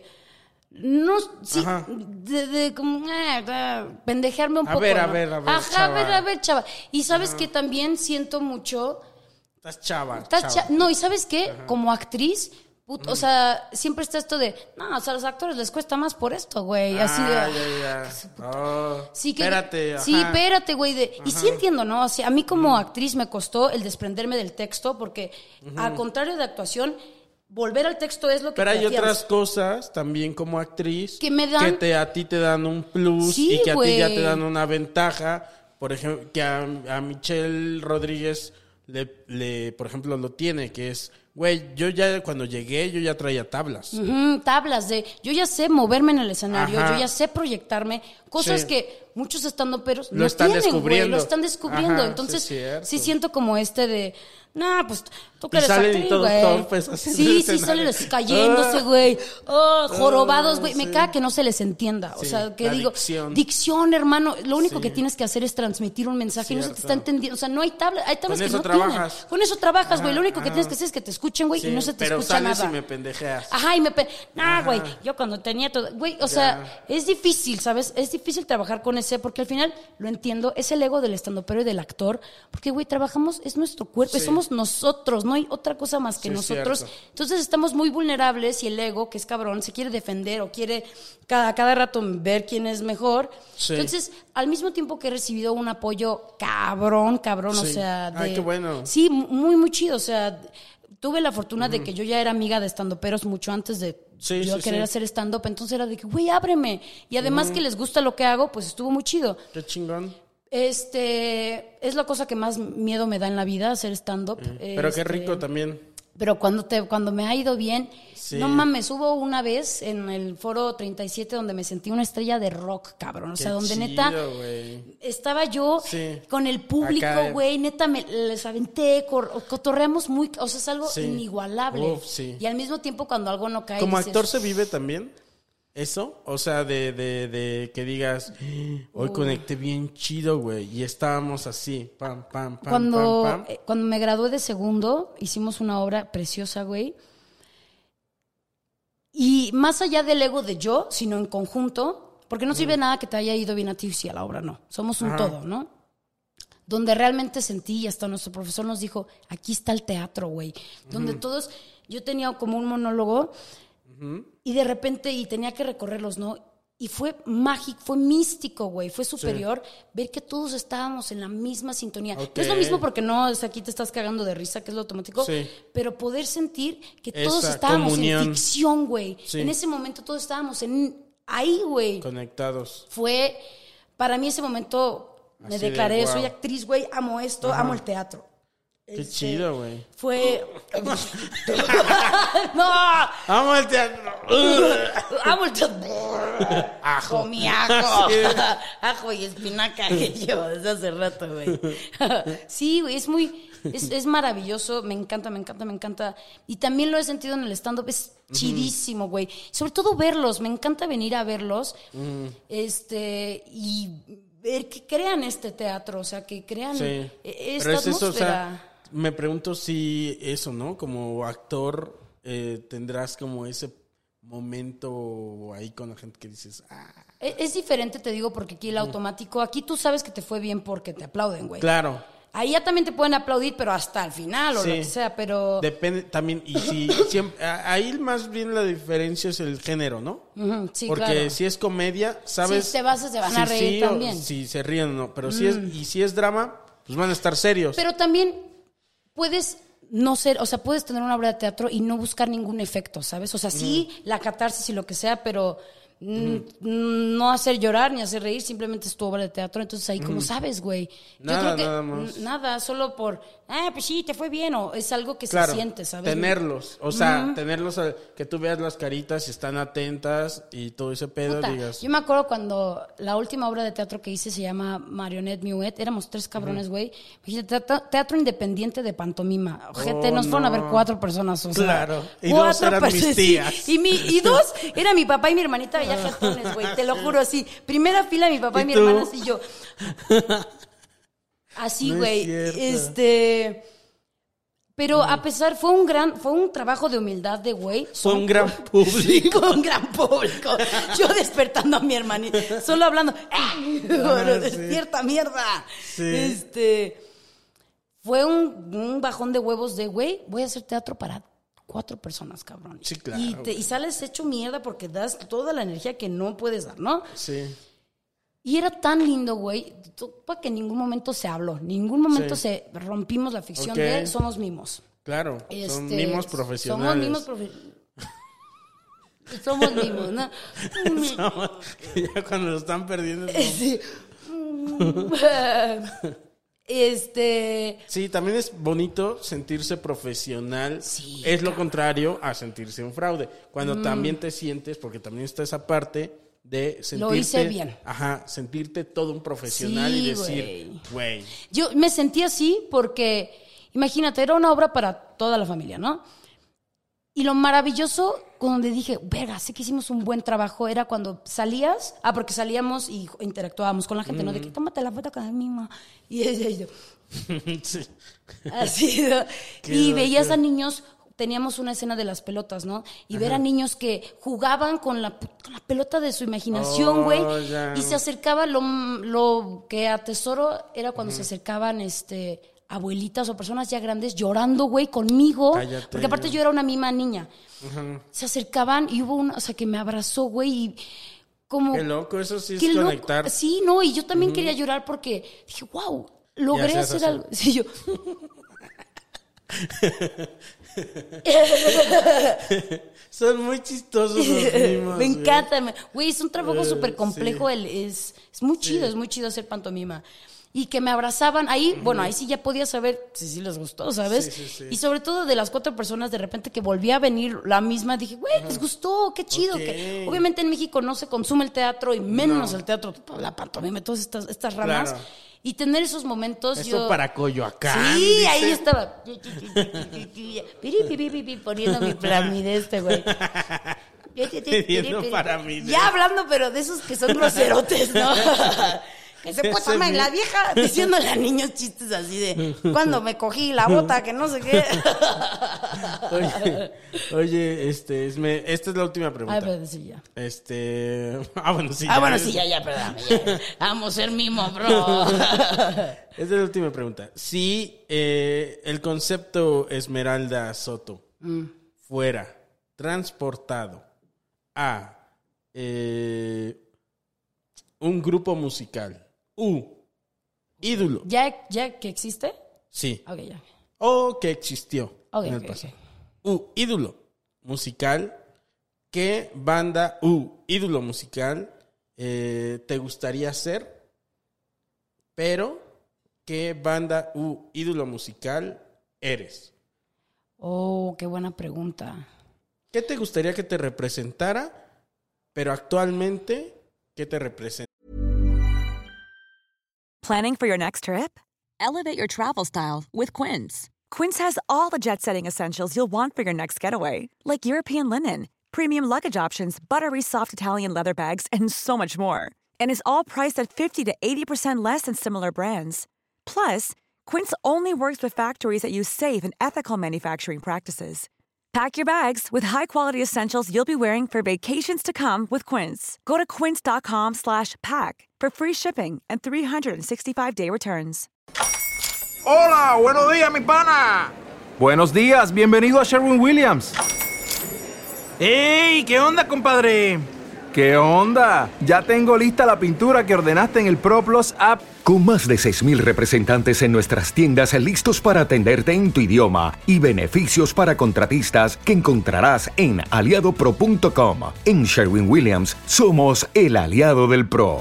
no, sí, Ajá. de, de como, eh, eh, pendejearme un A poco. ver, a ¿no? ver, a ver, Ajá, chava. a ver, a ver, chava. Y sabes que también siento mucho, Estás chava. estás chava. cha- no, y sabes qué, como actriz, put- o sea, siempre está esto de, no, o sea, a los actores les cuesta más por esto, güey, así de, Ah, ya, ya. Oh, sí, que, espérate, sí, ajá. espérate, güey, de, y sí entiendo, ¿no? O sea, a mí como actriz me costó el desprenderme del texto, porque al contrario de actuación, volver al texto es lo que Pero te hay afianza. otras cosas también como actriz Que me dan- que te, a ti te dan un plus Sí, y que a ti ya güey. te dan una ventaja. Por ejemplo, que a, a Michelle Rodríguez, le, le, por ejemplo, lo tiene, que es, güey, yo ya cuando llegué, yo ya traía tablas. Ujú, tablas de, yo ya sé moverme en el escenario, Ajá. yo ya sé proyectarme, cosas Sí. que muchos estandoperos Lo no están tienen, güey, descubriendo. lo están descubriendo. Ajá, Entonces, sí, es cierto. sí siento como este de, nah, pues tú que Y eres salen actriz, todos güey. torpes así en el Sí, sí, escenario. salen cayéndose, Ah. güey. Oh, jorobados, Ah, güey. Me sí. caga que no se les entienda. O Sí, sea, que la digo, dicción. dicción, hermano. Lo único Sí. que tienes que hacer es transmitir un mensaje y no se te Cierto. está entendiendo. O sea, no hay tablas, hay tablas Con que eso no trabajas. tienen. Con eso trabajas, güey. Lo único que Ajá. tienes que hacer es que te escuchen, güey, Sí, y no se te pero escucha sales nada. y me pendejeas. Ajá, y me... Pe nah, Ajá. güey, yo cuando tenía todo... Güey, o sea, es difícil, ¿sabes? Es difícil trabajar con ese, porque al final, lo entiendo, es el ego del estandopero y del actor, porque, güey, trabajamos, es nuestro cuerpo, Sí. somos nosotros, no hay otra cosa más que Sí, es nosotros. cierto. Entonces estamos muy vulnerables y el ego, que es cabrón, se quiere defender o quiere cada, cada rato ver quién es mejor. Sí. Entonces, al mismo tiempo que he recibido un apoyo cabrón, cabrón, o Sí. sea... De, Ay, qué bueno. Sí, muy, muy chido, o sea... Tuve la fortuna de que yo ya era amiga de estandoperos mucho antes de Sí, yo sí, querer sí. hacer stand-up. Entonces era de que, güey, ábreme. Y además que les gusta lo que hago, pues estuvo muy chido. Qué chingón. Este, es la cosa que más miedo me da en la vida, hacer stand-up. Pero qué Este, rico también. Pero cuando te cuando me ha ido bien, Sí. no mames, hubo una vez en el foro treinta y siete donde me sentí una estrella de rock, cabrón. O sea, Qué donde chido, neta güey. estaba yo Sí. con el público, Acá, eh. güey, neta me les aventé, cor- cotorreamos muy, o sea, es algo Sí. inigualable. Uf, sí. Y al mismo tiempo cuando algo no cae ¿Como dices, actor se vive también eso? O sea, de, de, de que digas, hoy conecté bien chido, güey, y estábamos así, pam, pam, pam, cuando pam, pam. eh, cuando me gradué de segundo, hicimos una obra preciosa, güey. Y más allá del ego de yo, sino en conjunto, porque no sirve nada que te haya ido bien a ti si a la obra no. Somos un Ajá. todo, ¿no? Donde realmente sentí, y hasta nuestro profesor nos dijo, aquí está el teatro, güey. Donde todos, yo tenía como un monólogo y de repente, y tenía que recorrerlos, ¿no? Y fue mágico, fue místico, güey. Fue superior sí. ver que todos estábamos en la misma sintonía. Okay. No es lo mismo porque no, es aquí te estás cagando de risa, que es lo automático. Sí. Pero poder sentir que todos Esa estábamos comunión. En ficción, güey. Sí. En ese momento todos estábamos en ahí, güey. Conectados. Fue, para mí ese momento, me Así declaré, de, wow. soy actriz, güey, amo esto, Ajá. amo el teatro. Qué este, chido, güey. Fue... ¡No! ¡Amo el teatro! ¡Amo el teatro! ¡Ajo! Con mi ajo. Sí. Ajo y espinaca que llevo desde hace rato, güey. Sí, güey, es muy... Es, es maravilloso, me encanta, me encanta, me encanta. Y también lo he sentido en el stand-up, es chidísimo, güey. Sobre todo verlos, me encanta venir a verlos. Uh-huh. Este... Y... ver que crean este teatro, o sea, que crean sí. esta Pero es atmósfera. Eso, o sea, me pregunto si eso, ¿no? Como actor eh, tendrás como ese momento ahí con la gente que dices... Ah. Es, es diferente, te digo, porque aquí el automático, aquí tú sabes que te fue bien porque te aplauden, güey. Claro. Ahí ya también te pueden aplaudir, pero hasta el final o sí. lo que sea, pero... Depende también, y si siempre, ahí más bien la diferencia es el género, ¿no? Uh-huh, sí, Porque claro. si es comedia, ¿sabes? Si te vas, se van si a reír sí también. O si se ríen o no, pero mm. si es, y si es drama, pues van a estar serios. Pero también puedes no ser, o sea, puedes tener una obra de teatro y no buscar ningún efecto, ¿sabes? O sea, sí, uh-huh. la catarsis y lo que sea, pero... Mm. No hacer llorar ni hacer reír, simplemente es tu obra de teatro. Entonces ahí, como mm. sabes, güey, yo nada, creo que nada, más. nada, solo por ah, pues sí, te fue bien, o es algo que claro, se siente, ¿sabes? Tenerlos, o sea, mm. tenerlos, que tú veas las caritas y están atentas y todo ese pedo. Puta, digas. Yo me acuerdo cuando la última obra de teatro que hice se llama Marionette Muet, éramos tres cabrones, güey. Uh-huh. teatro, teatro independiente de pantomima. Ojete, oh, nos no. fueron a ver cuatro personas, o sea, claro, y dos eran personas, mis tías. Sí, y, mi, y dos, era mi papá y mi hermanita, ya jetones, güey. Te lo juro, así. Primera fila, mi papá y, y mi tú? hermana, así yo. Así, güey. No este. Pero a pesar, fue un gran, fue un trabajo de humildad de güey. Fue un gran público. Fue un gran público. Yo despertando a mi hermanita, solo hablando. ¡Eh! Bueno, ah, despierta, sí. mierda. Sí. Este. Fue un, un bajón de huevos de güey. Voy a hacer teatro para cuatro personas, cabrón. Sí, claro. Y, te, y sales hecho mierda porque das toda la energía que no puedes dar, ¿no? Sí. Y era tan lindo, güey, para que en ningún momento se habló, en ningún momento sí. se rompimos la ficción okay. de somos mimos. Claro, este, son mimos profesionales. Somos mimos profesionales. Somos mimos, ¿no? Somos, ya cuando lo están perdiendo. Sí. Este... Sí, también es bonito sentirse profesional. Sí, es lo contrario a sentirse un fraude. Cuando mm. también te sientes, porque también está esa parte de sentirte... Lo hice bien. Ajá, sentirte todo un profesional sí, y decir, güey. Yo me sentí así porque, imagínate, era una obra para toda la familia, ¿no? Y lo maravilloso, cuando dije, verga, sé que hicimos un buen trabajo, era cuando salías, ah, porque salíamos y interactuábamos con la gente, mm. ¿no? De que tómate la foto con el mismo. Y ella y yo. Sí. Así, ¿no? Y veías a niños, teníamos una escena de las pelotas, ¿no? Y Ajá. ver a niños que jugaban con la, con la pelota de su imaginación, güey. Oh, y se acercaba, lo, lo que atesoro era cuando uh-huh. se acercaban, este... abuelitas o personas ya grandes llorando, güey, conmigo. Cállate. Porque aparte yo era una misma niña. Uh-huh. Se acercaban y hubo una, o sea, que me abrazó, güey, y como... Qué loco, eso sí es conectar. Loco. Sí, no, y yo también uh-huh. quería llorar porque dije, wow, logré hacer así. algo. Sí, yo... Son muy chistosos los mimos. Me encanta, güey, es un trabajo uh, súper complejo, sí. el, es, es muy chido, sí. es muy chido hacer pantomima. Y que me abrazaban, ahí, uh-huh. bueno, ahí sí ya podía saber si sí les gustó, ¿sabes? Sí, sí, sí. Y sobre todo de las cuatro personas, de repente que volvía a venir la misma, dije, güey, uh-huh. les gustó, qué chido. Okay. Que obviamente en México no se consume el teatro, y menos no. el teatro, la pantomima, todas estas, estas ramas. Claro. Y tener esos momentos, Esto yo... para Coyoacán. Sí, dice. Ahí estaba. Poniendo mi piramide, güey. Pidiendo para mí. Ya hablando, pero de esos que son groserotes, ¿no? Que se puede tomar la vieja diciéndole a niños chistes así de cuando me cogí la bota, que no sé qué. Oye, oye este, esme, esta es la última pregunta. Ay, pero sí, ya. Este, ah, bueno, sí. Ah, ya, bueno, sí, ya, ya, perdón. Ya. Vamos a ser mimo, bro. Esta es la última pregunta. Si eh, el concepto Esmeralda Soto mm. fuera transportado a... Eh, un grupo musical. U, ídolo. ¿Ya, ya que existe? Sí. Ok, ya. O que existió Ok, en el ok, pasado. ok. U, ídolo musical. ¿Qué banda U, ídolo musical, eh, te gustaría ser? Pero, ¿qué banda U, ídolo musical eres? Oh, qué buena pregunta. ¿Qué te gustaría que te representara? Pero actualmente, ¿qué te representa? Planning for your next trip? Elevate your travel style with Quince. Quince has all the jet-setting essentials you'll want for your next getaway, like European linen, premium luggage options, buttery soft Italian leather bags, and so much more. And is all priced at fifty to eighty percent less than similar brands. Plus, Quince only works with factories that use safe and ethical manufacturing practices. Pack your bags with high-quality essentials you'll be wearing for vacations to come with Quince. Go to quince.com slash pack for free shipping and three sixty-five day returns. Hola, buenos días, mi pana. Buenos días, bienvenido a Sherwin-Williams. ¡Ey! ¿Qué onda, compadre? ¿Qué onda? Ya tengo lista la pintura que ordenaste en el ProPlus app. Con más de seis mil representantes en nuestras tiendas listos para atenderte en tu idioma y beneficios para contratistas que encontrarás en aliado pro punto com. En Sherwin-Williams somos el aliado del pro.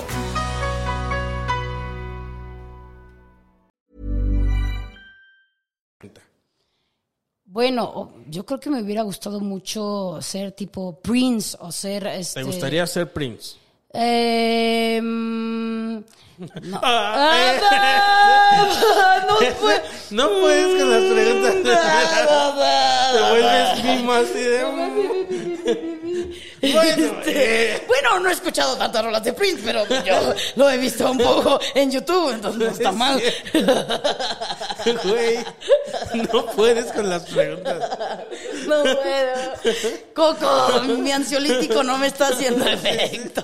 Bueno, yo creo que me hubiera gustado mucho ser tipo Prince o ser... Este, ¿Te gustaría ser Prince? Eh, no. Ah, eh. no, puedo. No puedes con las preguntas. Te vuelves mimo así de... Bueno, Este, eh. bueno, no he escuchado tantas rolas de Prince, pero yo lo he visto un poco en YouTube, entonces no está mal. Güey, no puedes con las preguntas. No puedo. Coco, mi ansiolítico no me está haciendo efecto.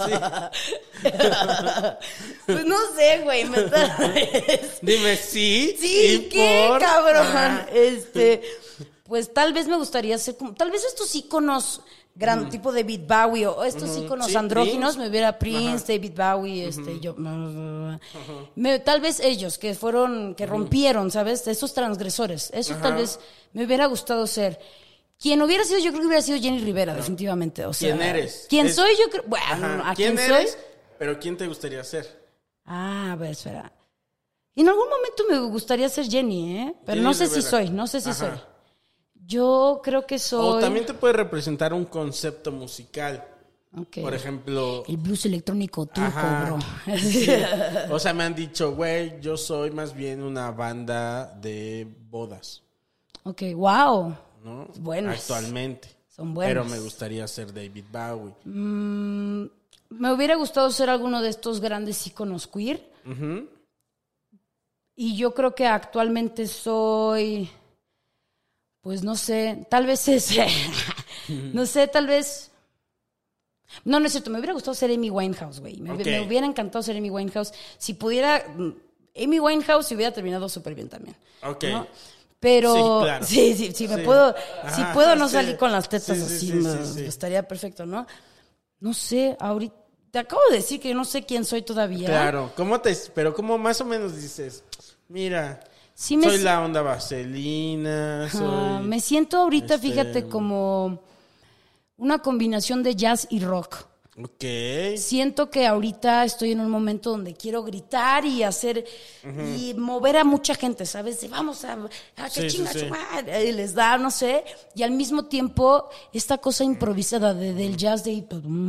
Pues no sé, güey. Me está... Dime sí. Sí, y ¿qué, por... cabrón? Ah. Este, pues tal vez me gustaría ser como... Tal vez estos íconos... Gran uh-huh. tipo David Bowie o estos uh-huh. íconos sí, andróginos, Prince. Me hubiera Prince, uh-huh. David Bowie, este, uh-huh. yo, uh-huh. me, tal vez ellos que fueron, que uh-huh. rompieron, ¿sabes? Esos transgresores, eso uh-huh. tal vez me hubiera gustado ser. Quien hubiera sido, yo creo que hubiera sido Jenny Rivera, uh-huh. definitivamente. O sea, ¿quién eres? ¿Quién es... soy? Yo creo, bueno, uh-huh. ¿a quién, quién eres? soy? Pero ¿quién te gustaría ser? Ah, a ver, espera. En algún momento me gustaría ser Jenny, ¿eh? Pero Jenny no sé Rivera. si soy, no sé si uh-huh. soy. Yo creo que soy... O también te puede representar un concepto musical. Okay. Por ejemplo... El blues electrónico turco, ajá, bro. Sí. O sea, me han dicho, güey, yo soy más bien una banda de bodas. Ok, wow. ¿No? Buenos. Actualmente. Son buenos. Pero me gustaría ser David Bowie. Mm, me hubiera gustado ser alguno de estos grandes íconos queer. Uh-huh. Y yo creo que actualmente soy... Pues no sé, tal vez ese. No sé, tal vez. No, no es cierto, me hubiera gustado ser Amy Winehouse, güey. Me, okay. me hubiera encantado ser Amy Winehouse. Si pudiera. Amy Winehouse se hubiera terminado súper bien también. Ok. ¿no? Pero. Sí, claro. sí, sí, sí, me sí. puedo. Ajá, si puedo no sí. salir con las tetas sí, así, sí, me, sí, sí. estaría perfecto, ¿no? No sé, ahorita. Te acabo de decir que no sé quién soy todavía. Claro, ¿cómo te. Pero ¿cómo más o menos dices? Mira. Sí me soy si... la onda vaselina, soy... Uh, me siento ahorita, este... fíjate, como una combinación de jazz y rock. Ok. Siento que ahorita estoy en un momento donde quiero gritar y hacer... Uh-huh. Y mover a mucha gente, ¿sabes? De, vamos a... a que sí, chinga sí, su madre. Y les da, no sé. Y al mismo tiempo, esta cosa improvisada de, del jazz de...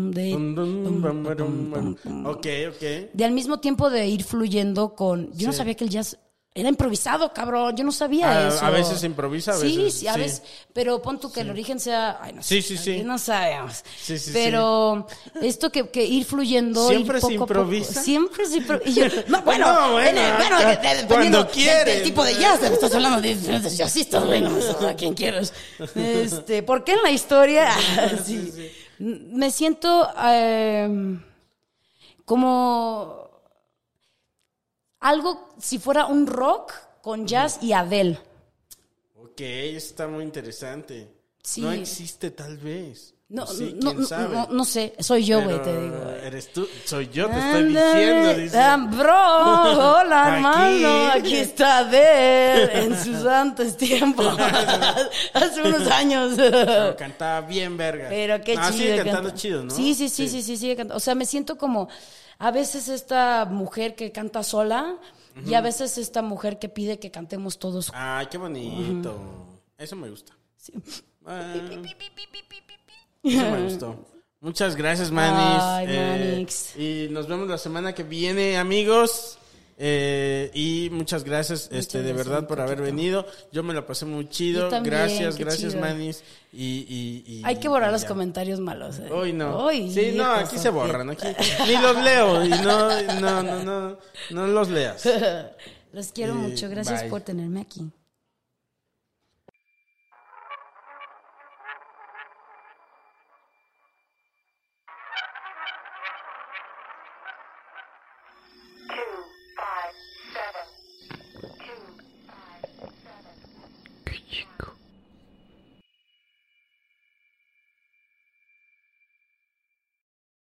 de ok, ok. De al mismo tiempo de ir fluyendo con... Yo sí. no sabía que el jazz... Era improvisado, cabrón. Yo no sabía a, eso. A veces se improvisa, a veces. Sí, sí, a sí. veces. Pero pon tú que sí. el origen sea... Ay, no sí, sé, sí, sí. No sabemos. Sí, sí, pero sí. esto que, que ir fluyendo... ¿Siempre ir poco se improvisa? Poco, siempre se improvisa. No, bueno, no, bueno, en el, bueno acá, de, dependiendo del, del tipo de jazz. Estás hablando de, de jazzistas, bueno, a quien quieras. Este, ¿por qué en la historia? sí. Sí, sí. Me siento eh, como... Algo, si fuera un rock... con jazz y Adele. Ok, eso está muy interesante. Sí. No existe tal vez. No, sí, no, ¿quién sabe? no, no sé, soy yo, güey, Pero te digo. Eres tú, soy yo, te estoy Ándale. diciendo. Dice. Ah, bro, hola, Aquí. hermano, aquí está Adel en sus antes tiempos, hace unos años. Pero cantaba bien verga. Pero qué no, chido. sigue cantando canta. chido, ¿no? Sí, sí, sí, sí, sí, sigue cantando. O sea, me siento como a veces esta mujer que canta sola uh-huh. y a veces esta mujer que pide que cantemos todos. Ay, qué bonito. Uh-huh. Eso me gusta. Sí. Ah, eso me gustó. Muchas gracias, Manix. Ay, eh, Manix. Y nos vemos la semana que viene, amigos. Eh, y muchas gracias, muchas este, de verdad, por haber venido. Yo me la pasé muy chido. También, gracias, gracias, Manix. Y, y, y, Hay que borrar y los ya. comentarios malos. Eh. Hoy no. Hoy, sí, no, aquí se borran. Aquí ni los leo y no, no, no, no, no los leas. Los quiero y, mucho. Gracias bye. por tenerme aquí.